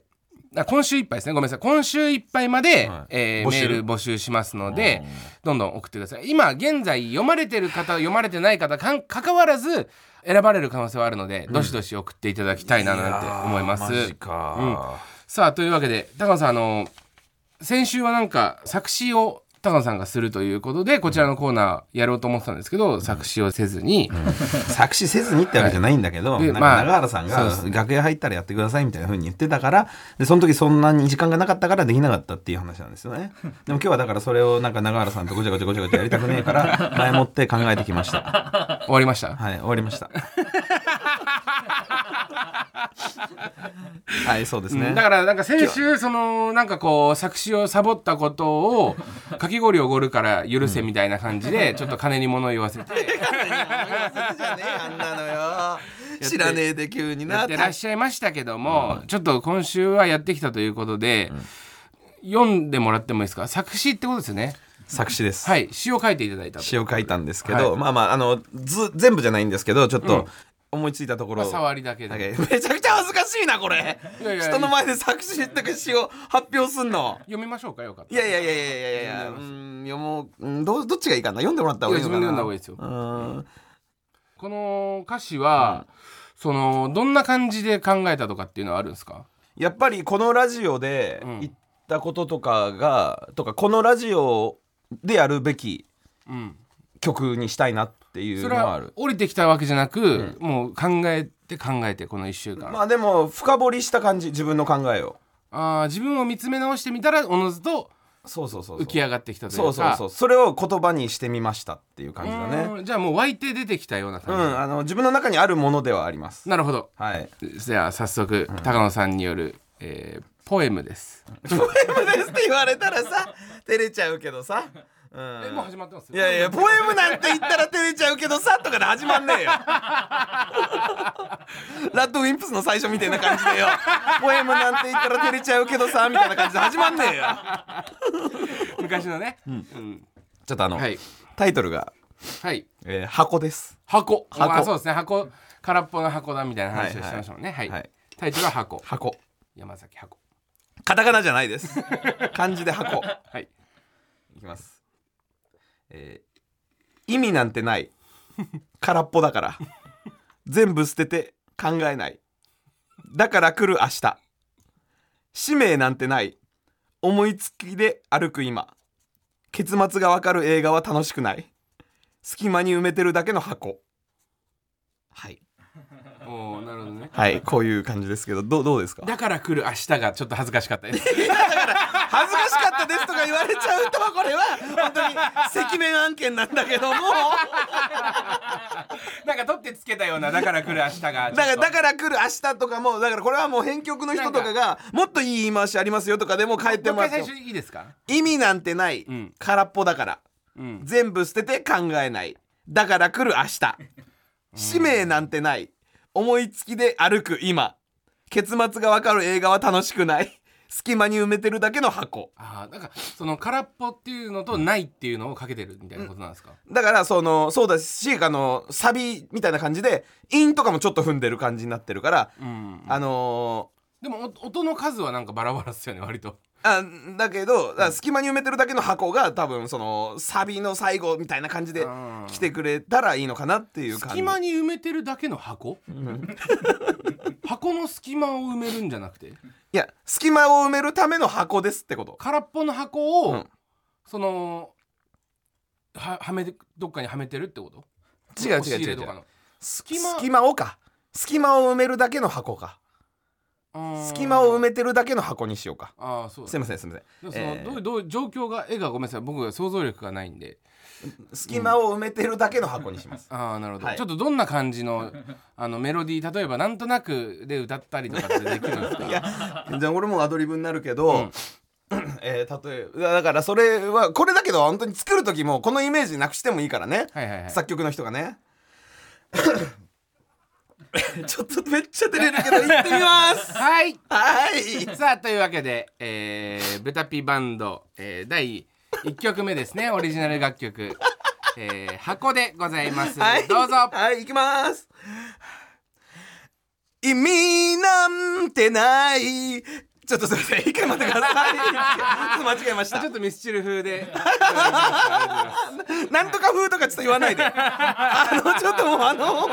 あ今週いっぱいですね、ごめんなさい、今週いっぱいまで、 はいえー募集メール募集しますので、どんどん送ってください。今現在読まれてる方読まれてない方かん関わらず選ばれる可能性はあるので、どしどし送っていただきたいななんて思います。 やーマジか、 さあというわけで高野さん、あの先週はなんか作詞を高野さんがするということでこちらのコーナーやろうと思ってたんですけど、作詞をせずに、 作詞せずにってわけじゃないんだけど、 はいでなんかまあ永原さんがそうです楽屋入ったらやってくださいみたいな風に言ってたから、でその時そんなに時間がなかったからできなかったっていう話なんですよね。でも今日はだからそれをなんか永原さんとごちゃごちゃごちゃごちゃやりたくねえから前もって考えてきました。 終わりました。 はい、終わりました。はいそうですね、 うんだからなんか先週そのなんかこう作詞をサボったことをかき氷おごるから許せみたいな感じでちょっと金に物を言わせてじゃねえあんなのよ知らねえで急になやってらっしゃいましたけども、ちょっと今週はやってきたということで、読んでもらってもいいですか。作詞ってことですよね。 作詞です。 はい詩を書いていただいたと。 詩を書いたんですけど、 はいまあまああのず全部じゃないんですけどちょっと思いついたところ、 まあ触りだけで、 めちゃくちゃ恥ずかしいなこれ。 いやいや人の前で作詞とか詩を発表すんの。 読みましょうか。よかった。 いやいやいやいやいやいや、うん読もう、うんどどっちがいいかな。読んでもらった方がいいのかな。 いや自分で読んだ方がいいですよ。 うんこの歌詞は、うん、そのどんな感じで考えたとかっていうのはあるんですか。 やっぱりこのラジオで言ったこととかが、うん、とかこのラジオでやるべき曲にしたいなっていうのはある。 それは降りてきたわけじゃなく、うん、もう考えて考えてこのいっしゅうかん。 まあでも深掘りした感じ、自分の考えを。 あ自分を見つめ直してみたらおのずとそうそうそう浮き上がってきたというか、 そうそうそうそれを言葉にしてみましたっていう感じだね。 じゃあもう湧いて出てきたような感じ、 うん、あの自分の中にあるものではあります。 なるほど、 はい、 じゃあ早速、うん、高野さんによる、えー、ポエムです。 ポエムですって言われたらさ照れちゃうけどさ、うん、 えもう始まってます。 いやいやポエムなんて言ったら照れちゃうけどさとかで始まんねえよラッドウィンプスの最初みたいな感じでよポエムなんて言ったら照れちゃうけどさみたいな感じで始まんねえよ昔のね、 うんうん、ちょっとあの、はい、タイトルが、 はいえー、箱です。 箱、 箱あそうですね、箱空っぽの箱だみたいな話をしてましたもんね。はい、はいはい、タイトルは箱。 箱山崎箱。 カタカナじゃないです漢字で箱。 はいいきます、えー、意味なんてない空っぽだから全部捨てて考えないだから来る明日使命なんてない思いつきで歩く今結末がわかる映画は楽しくない隙間に埋めてるだけの箱。はいおーなるほどね。 はいこういう感じですけど、どう、どうですか。 だから来る明日がちょっと恥ずかしかったです。 いやだから恥ずかしかったですとか言われちゃうとこれは本当に赤面案件なんだけどもなんか取ってつけたようなだから来る明日がだからだから来る明日とかもだからこれはもう編曲の人とかがもっといい言い回しありますよとかでも書いてもらっても最初いいですか。 意味なんてない、うん、空っぽだから、うん、全部捨てて考えないだから来る明日使命なんてない思いつきで歩く今結末がわかる映画は楽しくない隙間に埋めてるだけの箱。 ああ、なんかその空っぽっていうのとないっていうのをかけてるみたいなことなんですか。 だからそのそうだしあのサビみたいな感じで韻とかもちょっと踏んでる感じになってるから、うん、あのー、でも音の数はなんかバラバラっすよね割と。 あだけどだ隙間に埋めてるだけの箱が多分そのサビの最後みたいな感じで来てくれたらいいのかなっていう感じ。 隙間に埋めてるだけの箱、うん、箱の隙間を埋めるんじゃなくて、 いや隙間を埋めるための箱ですってこと。 空っぽの箱を、うん、その は, はめどっかにはめてるってこと。 違う違う違う違う隙間隙間をか隙間を埋めるだけの箱か隙間を埋めてるだけの箱にしようか。 あそうすいませんすいません。 その、えー、どうどう状況が絵がごめんなさい僕が想像力がないんで隙間を埋めてるだけの箱にします、 うん、ああなるほど、はい、ちょっとどんな感じのあのメロディー例えばなんとなくで歌ったりとかってできるんですか。 いやじゃあ俺もアドリブになるけど、うんえー、例えばだからそれはこれだけど本当に作る時もこのイメージなくしてもいいからね、 はいはいはい、 作曲の人がねちょっとめっちゃ照れるけど行ってみますはいはいさあというわけで、えー、ブタピバンド、えー、だいいっきょくめですねオリジナル楽曲、えー、箱でございます、はい、どうぞ。 はい行きます。意味なんてないちょっとすいません一回待ってくださいちょっと間違えましたちょっとミスチル風でなんとか風とかちょっと言わないであのちょっともうあの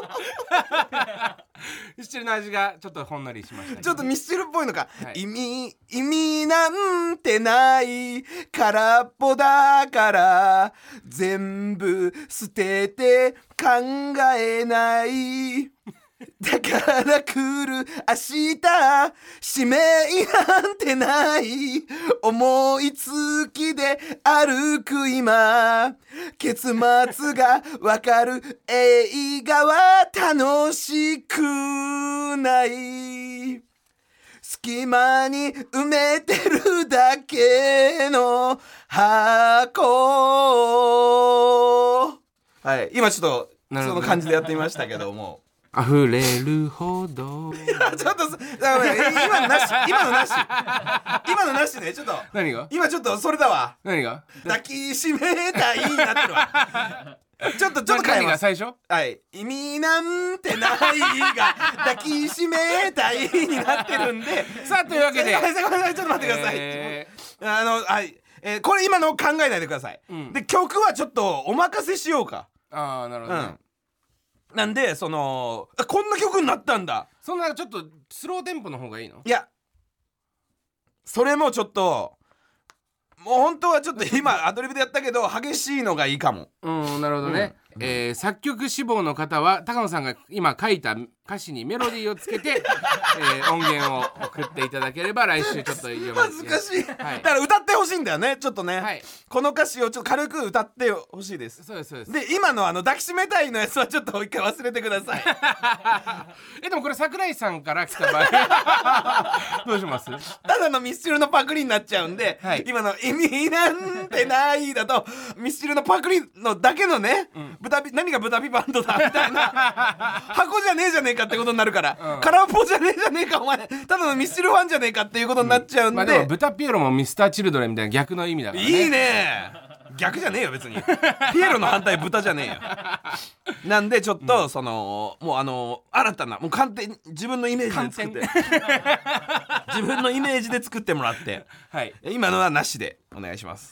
ミスチルの味がちょっとほんのりしました、ね、 ちょっとミスチルっぽいのか、 はい、 意味意味なんてない空っぽだから全部捨てて考えないだから来る明日使命なんてない思いつきで歩く今結末がわかる映画は楽しくない隙間に埋めてるだけの箱はい今ちょっとその感じでやってみましたけども溢れるほどちょっとだめ今のなし今のなし今のなしねちょっと何が今ちょっとそれだわ何が抱きしめたいになってるわちょっとちょっと変えます最初はい意味なんてないが抱きしめたいになってるんでさあというわけでごめんなさいごめんなさいちょっと待ってください、えー、あのはい、えー、これ今の考えないでください、うん、で曲はちょっとお任せしようかああなるほど、ねうんなんでそのこんな曲になったんだそんなちょっとスローテンポの方がいいのいやそれもちょっともう本当はちょっと今アドリブでやったけど激しいのがいいかもうんなるほどね、うんえー、作曲志望の方は高野さんが今書いた歌詞にメロディーをつけて、えー、音源を送っていただければ来週ちょっと読む恥ずかしい、はい、だから歌ってほしいんだよねちょっとね、はい、この歌詞をちょっと軽く歌ってほしいですそうですそうですで今のあの抱きしめたいのやつはちょっと一回忘れてくださいえでもこれ桜井さんから来た場合どうしますただのミスチルのパクリになっちゃうんで、はい、今の意味なんてないだとミスチルのパクリのだけのね、うん、豚ピ何が豚ピバンドだみたいな箱じゃねえじゃねえかってことになるから、うん、空っぽじゃねえじゃねえかお前ただのミスチルファンじゃねえかっていうことになっちゃうんで、うんまあ、でも豚ピエロもミスターチルドレンみたいな逆の意味だからねいいね逆じゃねえよ別にピエロの反対豚じゃねえよなんでちょっと、うん、そのもうあの新たなもう完全に自分のイメージで作って自分のイメージで作ってもらって、はい、今のはなしでお願いします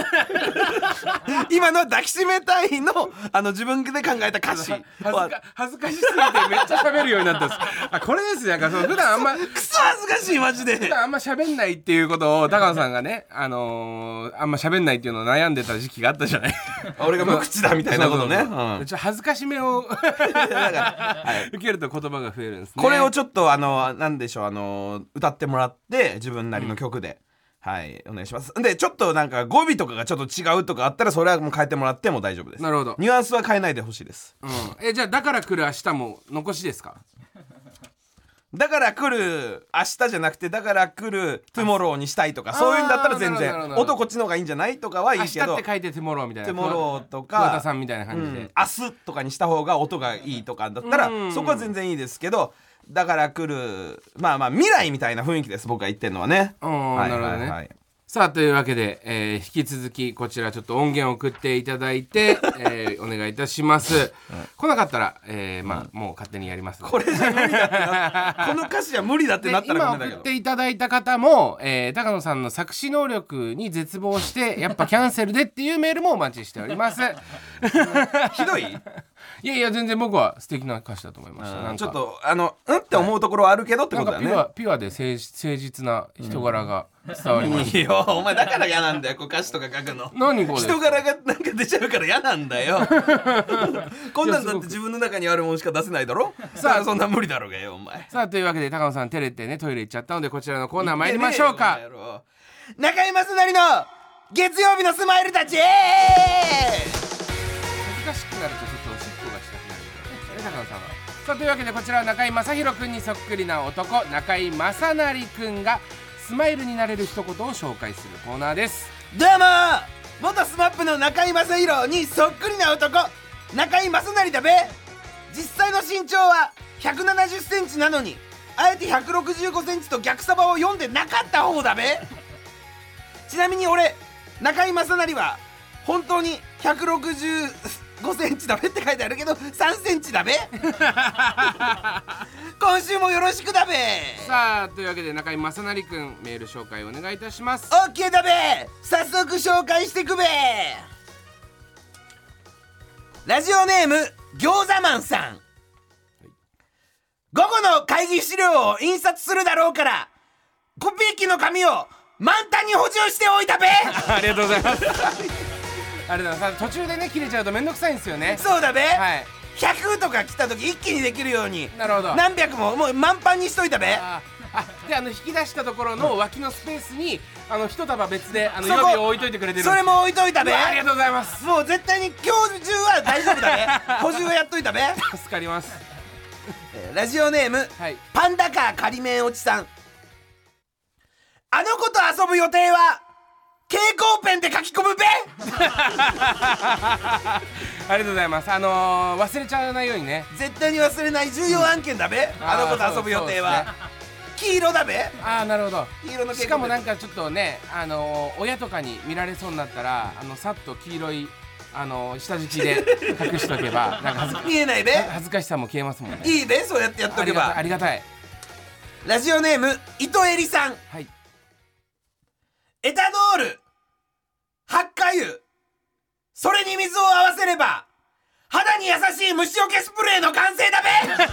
今のは抱きしめたいのあの自分で考えた歌詞恥ずか、恥ずかしすぎてめっちゃ喋るようになったんですあこれですねなんかその普段あんまくそ恥ずかしいマジで普段あんま喋んないっていうことを高野さんがねあのー、あんま喋んないっていうのを悩んでた時期があったじゃない俺が無口だみたいなことねそうそうそう、うん、ちょっと恥ずかしめをはい、受けると言葉が増えるんですねこれをちょっとあのなんでしょうあの歌ってもらって自分なりの曲で、うん、はいお願いしますでちょっとなんか語尾とかがちょっと違うとかあったらそれはもう変えてもらっても大丈夫ですなるほどニュアンスは変えないでほしいです、 うん、えじゃあだから来る明日も残しですかだから来る明日じゃなくてだから来るトゥモローにしたいとかそういうんだったら全然音こっちの方がいいんじゃないとかはいいけど明日って書いてトゥモローみたいなトゥモローとか桑田さんみたいな感じで、うん、 明日とかにした方が音がいいとかだったらそこは全然いいですけどだから来るまあまあ未来みたいな雰囲気です僕が言ってるのはねうん、はい、なるほどね、はいさあというわけで、えー、引き続きこちらちょっと音源を送っていただいて、えー、お願いいたします、うん、来なかったら、えーまあうん、もう勝手にやりますこれじゃ無理だってなこの歌詞じゃ無理だってなったら今送っていただいた方も、えー、高野さんの作詞能力に絶望してやっぱキャンセルでっていうメールもお待ちしておりますひどいいやいや全然僕は素敵な歌詞だと思いました、うん、なんかちょっとあのうんって思うところはあるけどってことだよねなんかピュア、ピュアで誠実な人柄が伝わります、 うん、いいよお前だから嫌なんだよこう歌詞とか書くの何これ人柄がなんか出ちゃうから嫌なんだよこんなんだって自分の中にあるもんしか出せないだろさあそんな無理だろうがよお前さあというわけで高野さん照れてねトイレ行っちゃったのでこちらのコーナー参りましょうか中居正成の月曜日のスマイルたち恥ずかしくなるとちょっとおしっこがしたくなるんですね高野さんはさあというわけでこちらは中居正広くんにそっくりな男中居正成くんがスマイルになれる一言を紹介するコーナーですどうも元スマップの中居正広にそっくりな男中居正成だべ実際の身長はひゃくななじゅっセンチなのにあえてひゃくろくじゅうごセンチと逆サバを読んでなかった方だべちなみに俺中居正成は本当にひゃくろくじゅうごセンチだべって書いてあるけどさんセンチだべ今週もよろしくだべ。 さあというわけで中井正成くんメール紹介お願いいたします。 オッケーだべ。早速紹介してくべ。ラジオネーム餃子マンさん、午後の会議資料を印刷するだろうからコピー機の紙を満タンに補充しておいたべありがとうございますありがとうございます。途中でね切れちゃうとめんどくさいんですよね。 そうだべ、 はい、 ひゃくとか来た時一気にできるようになるほど何百ももう満帆にしといたべ。 ああであの引き出したところの脇のスペースにあの一束別であの予備を置いといてくれてる。 それも置いといたべ。 ありがとうございます。 もう絶対に今日中は大丈夫だべ補充はやっといたべ助かります。 ラジオネーム、はい、パンダカー仮面おちさん、あの子と遊ぶ予定は蛍光ペンで書き込むべありがとうございます。あのー、忘れちゃわないようにね。 絶対に忘れない重要案件だべ、うん、あの子と遊ぶ予定は、ね、黄色だべ。 ああなるほど。 黄色のしかもなんかちょっとね、あのー、親とかに見られそうになったらあのさっと黄色いあのー、下敷きで隠しとけばなんか恥ず見えないべ。 恥ずかしさも消えますもんね。 いいべ、そうやってやっとけばありがたい。 ラジオネーム糸えりさん、はい、エタノール発火油それに水を合わせれば肌に優しい虫除けスプレーの完成だべ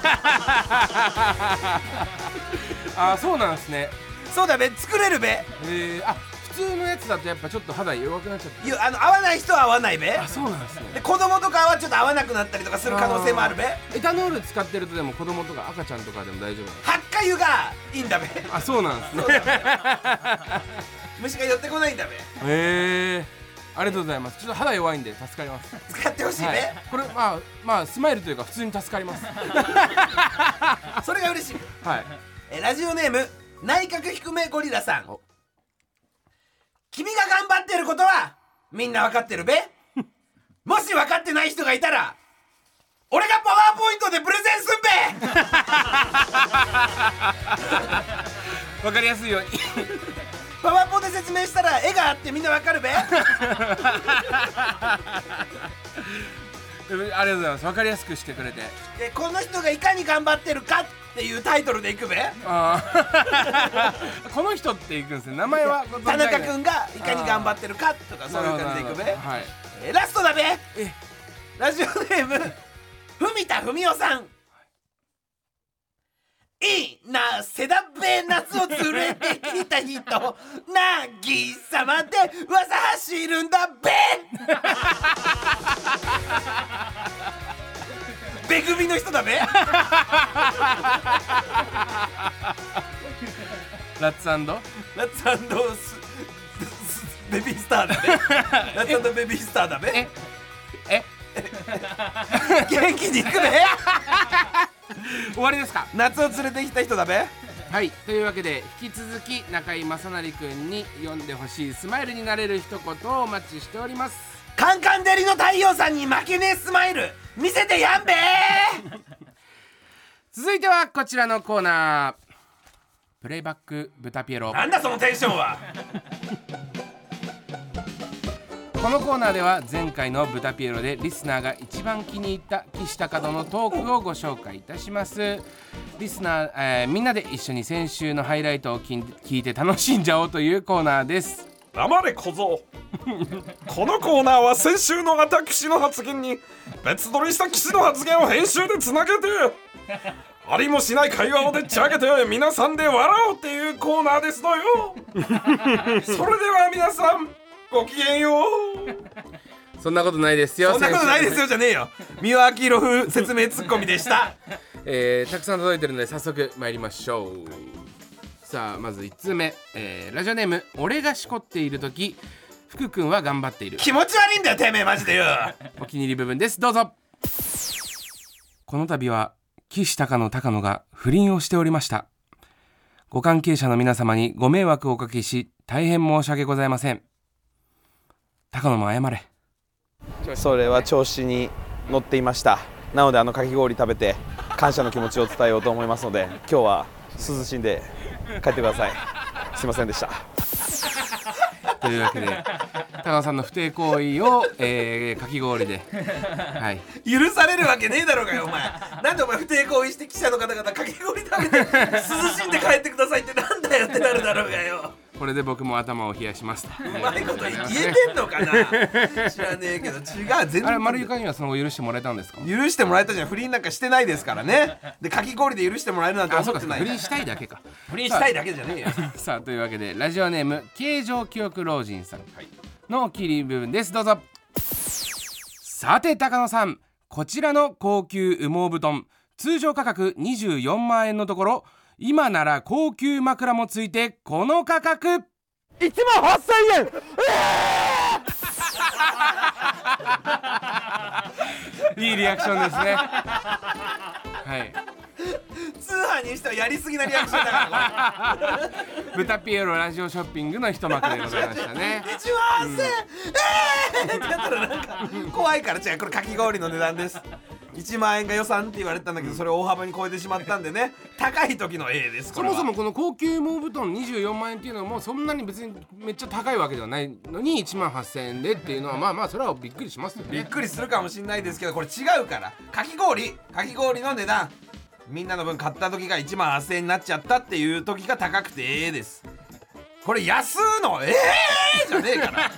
あ、そうなんですね。 そうだべ、作れるべ。 へえ。あ、普通のやつだとやっぱちょっと肌弱くなっちゃって。 いや、あの合わない人は合わないべ。 あ、そうなんですね。 で子供とかはちょっと合わなくなったりとかする可能性もあるべ。 エタノール使ってるとでも子供とか赤ちゃんとかでも大丈夫なの？ 発火油がいいんだべ。 あ、そうなんですね虫が寄ってこないんだべ。 へえ。ありがとうございます。ちょっと肌弱いんで助かります。 使ってほしいべ、はい、 これまあまあスマイルというか普通に助かりますそれが嬉しい。 はい。 えラジオネーム内角低めゴリラさん、君が頑張ってることはみんな分かってるべもし分かってない人がいたら俺がパワーポイントでプレゼンすんべ分かりやすいようにパワポで説明したら絵があってみんなわかるべありがとうございます。分かりやすくしてくれて、 でこの人がいかに頑張ってるかっていうタイトルでいくべ。あこの人っていくんですね。名前は田中君がいかに頑張ってるかとかそういう感じでいくべ、はい、えラストだべ。えラジオネーム文田文夫さん、いいなせだべ夏を連れてきた人なぎさまで噂走るんだべべ組の人だべラッツ&ラッツ&スベビースターだべラッツ&ベビースターだべ。ええ元気にいくべ終わりですか。 夏を連れてきた人だべ。 はい、というわけで引き続き中井正成くんに読んでほしいスマイルになれる一言をお待ちしております。 カンカン照りの太陽さんに負けねえスマイル見せてやんべ続いてはこちらのコーナー、プレイバック豚ピエロ。 なんだそのテンションはこのコーナーでは前回の豚ピエロでリスナーが一番気に入った岸高野のトークをご紹介いたします。リスナー、えー、みんなで一緒に先週のハイライトを聞いて楽しんじゃおうというコーナーです。 黙れ小僧このコーナーは先週の私の発言に別撮りした岸の発言を編集でつなげてありもしない会話をでっち上げて皆さんで笑おうっていうコーナーですのよそれでは皆さんごきげんよう。 そんなことないですよ。 そんなことないですよじゃねえよ。三輪明宏風説明ツッコミでした、 えー、たくさん届いてるので早速参りましょう。さあまずいちつうめ、えー、ラジオネーム俺がしこっている時福くんは頑張っている。 気持ち悪いんだよてめえマジでよお気に入り部分です。どうぞ。この度は岸高野高野が不倫をしておりました。ご関係者の皆様にご迷惑をおかけし大変申し訳ございません。高野も謝れ。 それは調子に乗っていました。なのであのかき氷食べて感謝の気持ちを伝えようと思いますので今日は涼しんで帰ってください。すいませんでしたというわけで高野さんの不貞行為を、えー、かき氷で、はい、 許されるわけねえだろうがよお前。なんでお前不貞行為して記者の方々かき氷食べて涼しんで帰ってくださいってなんだよってなるだろうがよ。 これで僕も頭を冷やしますと。 うまいこと言えてんのかな知らねえけど違う全然。 あれ丸床にはその後許してもらえたんですか？ 許してもらえたじゃん。不倫なんかしてないですからね。でかき氷で許してもらえるなんてあ、そうか、 思ってない。 不倫したいだけか。 不倫したいだけじゃねえよさあというわけでラジオネーム形状記憶老人さんの切り部分です。どうぞ。さて高野さん、こちらの高級羽毛布団通常価格にじゅうよんまんえんのところ、今なら高級枕もついてこの価格いちまんはっせんえん、 えー、いいリアクションですね。はい、 通販にしてはやりすぎなリアクションだからこれ豚ピエロラジオショッピングの一幕でございましたね。 いちまんはっせんえん、えーってやったらなんか怖いから違う、これかき氷の値段です。いちまんえんが予算って言われてたんだけど、それを大幅に超えてしまったんでね、高い時の A です。こそれはもそもこの高級羽毛布団にじゅうよんまんえんっていうのはもうそんなに別にめっちゃ高いわけではないのにいちまんはっせんえんでっていうのはまあまあそれはびっくりしますよね。 びっくりするかもしれないですけど、これ違うから。かき氷かき氷の値段、みんなの分買った時がいちまんはっせんえんになっちゃったっていう時が高くて A です。これ安のえーじゃねえから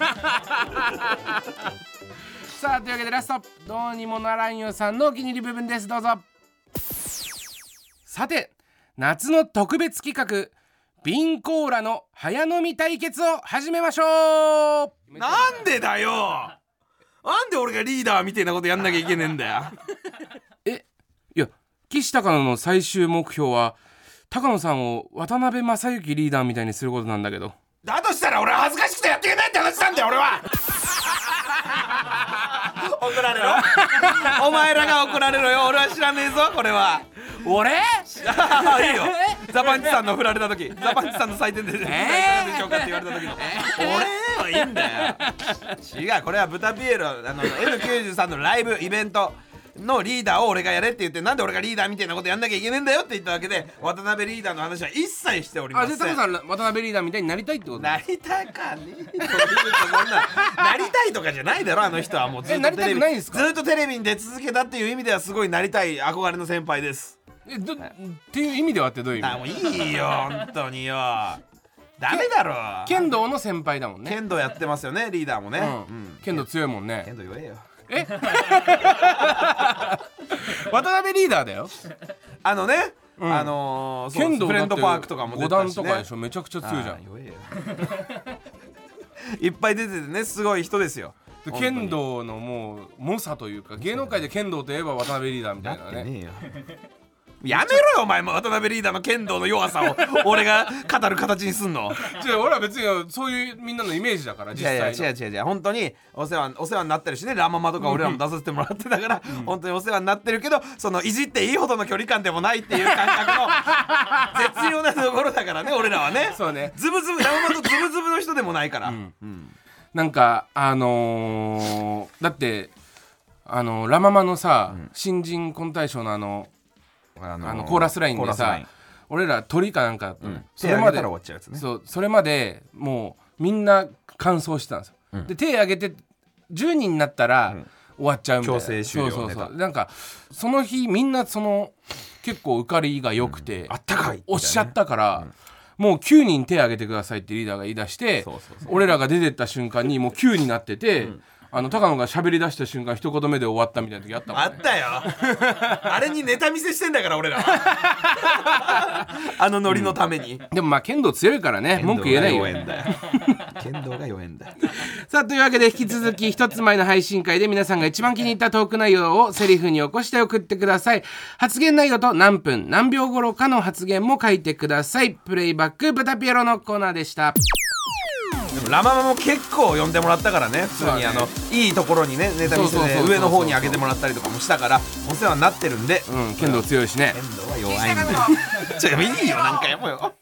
さあというわけでラスト、どうにもならんよさんのお気に入り部分です。どうぞ。さて夏の特別企画瓶コーラの早飲み対決を始めましょう。 なんでだよ、なんで俺がリーダーみたいなことやんなきゃいけねえんだよえ、いや岸高野の最終目標は高野さんを渡辺正行リーダーみたいにすることなんだけど。 だとしたら俺は恥ずかしくてやっていけないって話なんだよ俺は怒られろお前らが怒られろよ、俺は知らねえぞこれは。 俺いいよザパンチさんの振られた時、ザパンチさんの採点で何でしょうかって言われた時の俺はいいんだよ違う、これは豚ピエロあの エヌきゅうじゅうさん のライブイベントのリーダーを俺がやれって言って、なんで俺がリーダーみたいなことやんなきゃいけねえんだよって言ったわけで、渡辺リーダーの話は一切しておりません。 あ、じゃあタコさん渡辺リーダーみたいになりたいってこと？ なりたかねえそんななりたいとかじゃないだろ、あの人は。もうずっとテレビずっとテレビに出続けたっていう意味ではすごいなりたい憧れの先輩です。 えどっていう意味ではってどういう意味？ あ、もういいよ本当によ、ダメだろ。 剣道の先輩だもんね。 剣道やってますよねリーダーもね、 うんうん、 剣道強いもんね。 剣道弱えよ。 え渡辺リーダーだよ。 あのね、 うん、 あのー、 剣道フレンドパークとかも出たし、ね、 ご段とかでしょ、めちゃくちゃ強いじゃん。 弱えよいっぱい出ててね、すごい人ですよ。 剣道のもう猛者というか、芸能界で剣道といえば渡辺リーダーみたいなね。 ねえよやめろよお前も渡辺リーダーの剣道の弱さを俺が語る形にすんの。 違う、俺は別にそういうみんなのイメージだから。実際のいやいや違う違う違う、本当にお世話お世話になってるしね、ラ・ママとか俺らも出させてもらってたから、うん、本当にお世話になってるけど、そのいじっていいほどの距離感でもないっていう感覚の絶妙なところだからね俺らはね。 そうね、 ズブズブラ・ママとズブズブの人でもないから、うんうん、なんかあのー、だってあのラ・ママのさ、うん、新人コン大賞のあのあのー、あのコーラスラインでさ、俺ら鳥かなんか、うん、それまで手上げたら終わっちゃうやつね。 そうそれまでもうみんな完走してたんですよ、うん、で手上げてじゅうにんになったら、うん、終わっちゃうみたいな。 強制終了。 そうそうそう、なんかその日みんなその結構受かりが良くて、うん、 あったかい、ね、 おっしゃったから、うん、もうきゅうにん手上げてくださいってリーダーが言い出して、そうそうそう、俺らが出てった瞬間にもうきゅうになってて、うん、あの高野が喋り出した瞬間一言目で終わったみたいな時あったもんね。 あったよあれにネタ見せしてんだから俺らあのノリのために、うん、 でもまあ剣道強いからね、文句言えないよ。 剣道が弱えんだよさあというわけで引き続き一つ前の配信会で皆さんが一番気に入ったトーク内容をセリフに起こして送ってください。発言内容と何分何秒頃かの発言も書いてください。プレイバック豚ピエロのコーナーでした。 でもラ・ママも結構呼んでもらったからね、普通にあの、ね、いいところにねネタ見せで上の方に上げてもらったりとかもしたからお世話になってるんで、 うん、剣道強いしね。 剣道は弱いんだちょいいよなんかやもよ。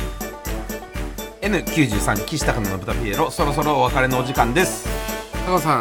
エヌきゅうじゅうさん 岸高野の豚ピエロ、そろそろお別れのお時間です。 高野さん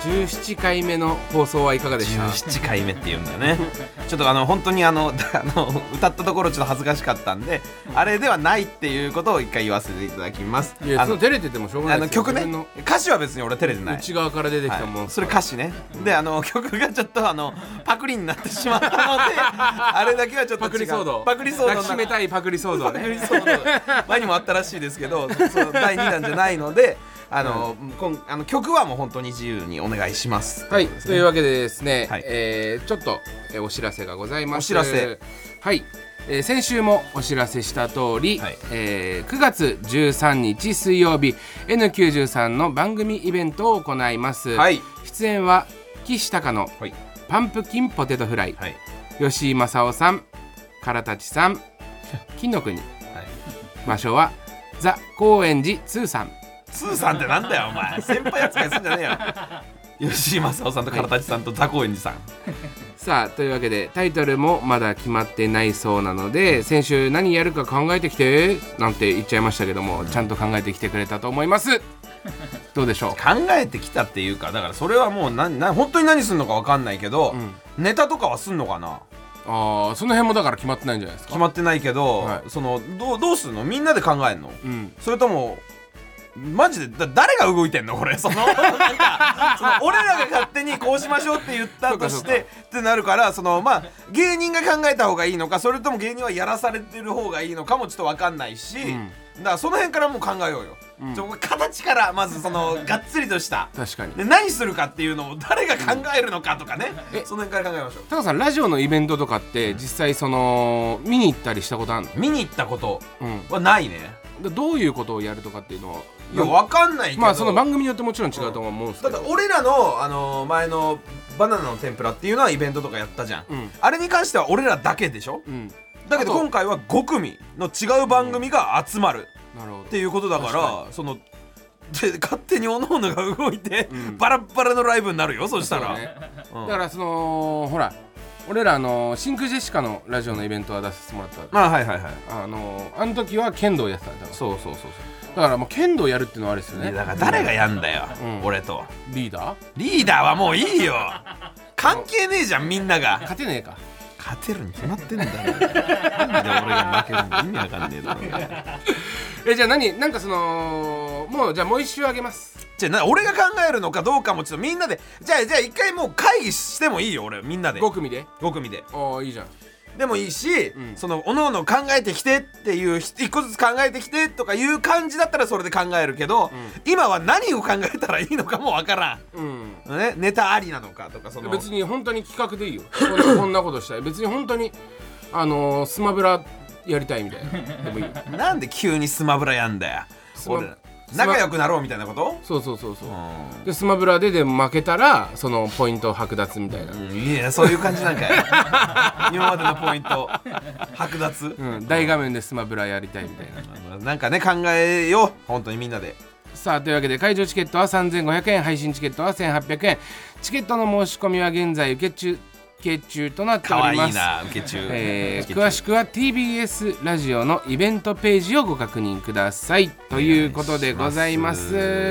じゅうななかいめの放送はいかがでした？ じゅうななかいめっていうんだねちょっとあの本当にあのあの歌ったところちょっと恥ずかしかったんで、あれではないっていうことを一回言わせていただきます。 いや、 あのその照れててもしょうがないあのですよ。 曲ね自分の歌詞は別に俺照れてない、 内側から出てきたもん、 はい、それ歌詞ね。であの曲がちょっとあのパクリになってしまったのであれだけはちょっと違うパクリ騒動、 パクリ騒動抱きしめたいパクリ騒動パクリね。 騒動前にもあったらしいですけどそのだいにだんじゃないのであの、うん、こんあの曲はもう本当に自由にお願いします。 はい、というわけでですね、 はいえーちょっと、えーお知らせがございます。 お知らせ、 はい、えー先週もお知らせした通り、 はいえーくがつじゅうさんにち水曜日 エヌきゅうじゅうさん の番組イベントを行います。 はい出演は岸高野、 はいパンプキンポテトフライ、 はい吉井正夫さん、唐立さん、金の国、 はい、 場所はザ・高円寺ツーさん。 ツーさんってなんだよお前先輩扱いすんじゃねえよ吉井正夫さんと唐立さんとザコエンジさん。 さあというわけでタイトルもまだ決まってないそうなので、先週何やるか考えてきてなんて言っちゃいましたけども、ちゃんと考えてきてくれたと思います。どうでしょう？ 考えてきたっていうか、だからそれはもうなな本当に何するのか分かんないけど、うん、ネタとかはすんのかな。 あー、その辺もだから決まってないんじゃないですか。 決まってないけど、はい、そのどうどうするのみんなで考えるの、うん、それともマジでだ誰が動いてんのこれそのなんかその俺らが勝手にこうしましょうって言ったとしてってなるから、そのまあ芸人が考えた方がいいのか、それとも芸人はやらされてる方がいいのかもちょっと分かんないし、うん、だからその辺からもう考えようよ、うん、ちょ形からまずそのがっつりとした確かにで何するかっていうのを誰が考えるのかとかね、うん、その辺から考えましょう。 高さんラジオのイベントとかって実際その見に行ったりしたことあるの？ 見に行ったことはないね、 うん、どういうことをやるとかっていうのは。 いや分かんないけど、 まあその番組によってもちろん違うと思うんですけど、 だって俺らの、あのー、前のバナナの天ぷらっていうのはイベントとかやったじゃん、うん、あれに関しては俺らだけでしょ、うん、だけど今回はごくみの違う番組が集まる、うん、っていうことだからそので勝手におのおのが動いて、うん、バラッバラのライブになるよ。そしたら、ねうん、だからそのほら俺らあの真空ジェシカのラジオのイベントは出させてもらった。 あはいはいはい。 あのあの時は剣道やってたんだから。 そうそうそうそう。 だからもう剣道やるっていうのはあれですよね。 だから誰がやんだよ、うん、俺とリーダーリーダーはもういいよ関係ねえじゃんみんなが。 勝てねえか。 勝てるに決まってんだよなんで俺が負けるんだ意味わかんねえだろえじゃあ何なんかそのもうじゃあもう一周あげます。 じゃあな俺が考えるのかどうかもちょっとみんなでじゃあじゃあ一回もう会議してもいいよ俺みんなでごくみでごくみで。 ああいいじゃん。 でもいいし、うん、そのおのおの考えてきてっていう一個ずつ考えてきてとかいう感じだったらそれで考えるけど、うん、今は何を考えたらいいのかもわからん、うんね、ネタありなのかとかその別に本当に企画でいいよこんな、こんなことしたい別に本当にあのー、スマブラやりたいみたいなでもいいよ。 なんで急にスマブラやんだよ。俺仲良くなろうみたいなこと？ そうそうそうそう、うん、でスマブラでで負けたらそのポイントを剥奪みたいな、うん、 いやそういう感じなんかよ今までのポイント剥奪、 うん、大画面でスマブラやりたいみたいななんかね考えよう本当にみんなで。 さあというわけで会場チケットはさんぜんごひゃくえん、配信チケットはせんはっぴゃくえん、チケットの申し込みは現在受け中受け中となっております。 かわいいな受け中、 えー、詳しくは ティービーエス ラジオのイベントページをご確認くださいということでございます。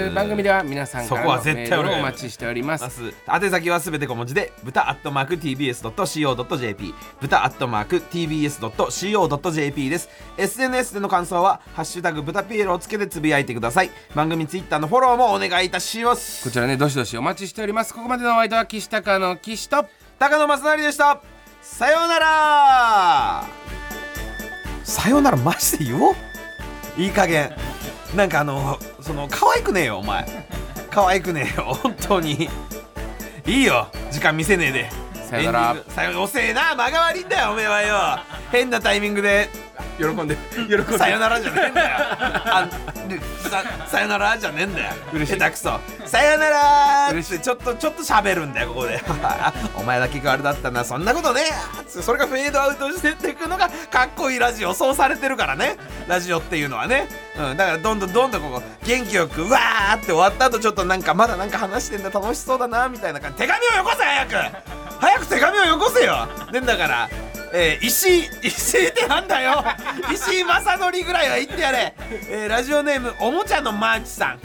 番組では皆さんからのメールをお待ちしております。 宛先はすべて小文字で豚アットマーク ティービーエスドットシーオードットジェーピー 豚アットマーク ティービーエスドットシーオードットジェーピー です。 エスエヌエス での感想はハッシュタグ豚ピエロをつけてつぶやいてください。番組ツイッターのフォローもお願いいたします。 こちらねどしどしお待ちしております。ここまでのお相手は岸高の岸と高野正成でした。さようなら。さようならマジで言おう。いい加減なんかあのその可愛くねえよお前可愛くねえよ本当にいいよ時間見せねえで。 さよなら。 さよ遅えな間が悪いんだよおめえはよ変なタイミングで喜んで喜んでさよならじゃねえんだよあさ, さよならじゃねえんだよ下手くそさよならってちょっとちょっと喋るんだよここでお前だけがあれだったなそんなことねそれがフェードアウトしてっていくのがかっこいいラジオそうされてるからねラジオっていうのはね、うん、だからどんどんどんどんここ元気よくわーって終わった後ちょっとなんかまだなんか話してんだ楽しそうだなみたいな感じ手紙をよこせ早く早く手紙をよこせよねんだからえー、石井石井ってなんだよ石井正則ぐらいは言ってやれ、えー、ラジオネームおもちゃのマーチさん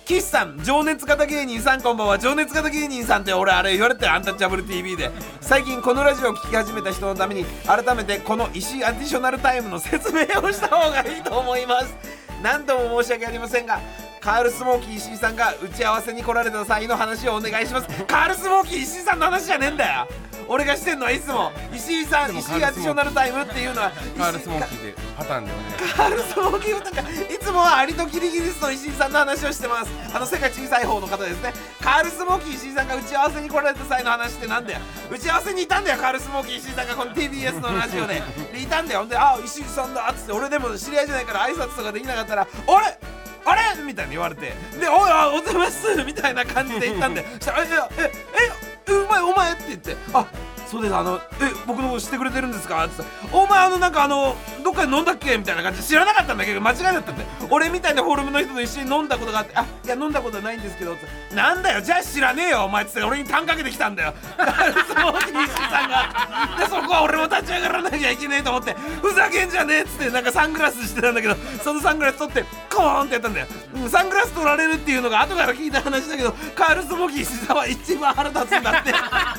岸さん、情熱型芸人さんこんばんは。情熱型芸人さんって俺あれ言われてアンタッチャブル ティーブイ で最近このラジオを聞き始めた人のために改めてこの石井アディショナルタイムの説明をした方がいいと思います。何度も申し訳ありませんが、カールスモーキー石井さんが打ち合わせに来られた際の話をお願いします。カールスモーキー石井さんの話じゃねえんだよ。俺がしてんのはいつも石井さん、石井アディショナルタイムっていうのはカールスモーキーでパターンでお願いします。 カールスモーキーとかいつもはアリとキリギリスの石井さんの話をしてます。あの背が小さい方の方ですね。カールスモーキー石井さんが打ち合わせに来られた際の話ってなんだよ。打ち合わせにいたんだよ、カールスモーキー石井さんがこの ティービーエス のラジオででいたんだよ。ほんで、あ、石井さんだっつって、俺でも知り合いじゃないから挨拶とかできなかったら、あれあれみたいに言われて、で、おい、あ、おざますみたいな感じで言ったんで、そしたら、え、え、え、お前、お前って言って、あ、そうです、あの、え、僕のこと知ってくれてるんですかって言ったら、お前、あの、なんかあの、どっかで飲んだっけみたいな感じで知らなかったんだけど、間違いだったんで、俺みたいなフォルムの人と一緒に飲んだことがあって、あ、いや、飲んだことはないんですけど、ってなんだよ、じゃあ知らねえよ、お前って俺に痰かけてきたんだよ。カールスモーキー石井さんが。で、そこは俺も立ち上がらなきゃいけねえと思って、ふざけんじゃねえっつって、なんかサングラスしてたんだけど、そのサングラス取って、コーンってやったんだよ。サングラス取られるっていうのが後から聞いた話だけど、カールスモーキー石井さんは一番腹立つんだって。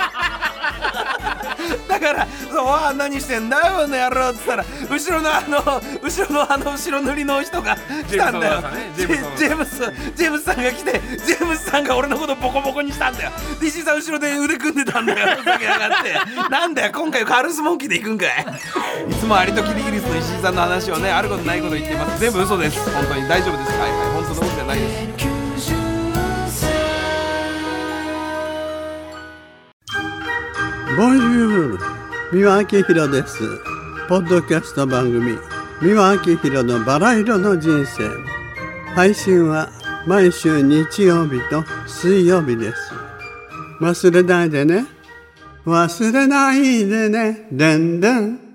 だから「そうあ何してんだよこの野郎」っつったら後ろのあの後ろのあの後ろ塗りの人が来たんだよ。ジェームスジェームスさんが来て、ジェームスさんが俺のことボコボコにしたんだよ。で石井さん後ろで腕組んでたんだよ。ふざけやがって。なんだよ今回カールスモーキーで行くんかい。いつもアリとキリギリスの石井さんの話をね、あることないこと言っています。全部嘘です。本当に大丈夫です。はいはい、本当のことじゃないです。 ボンジュール、三輪明宏です。ポッドキャスト番組三輪明宏のバラ色の人生、配信は毎週日曜日と水曜日です。忘れないでね、忘れないでね、でんでん。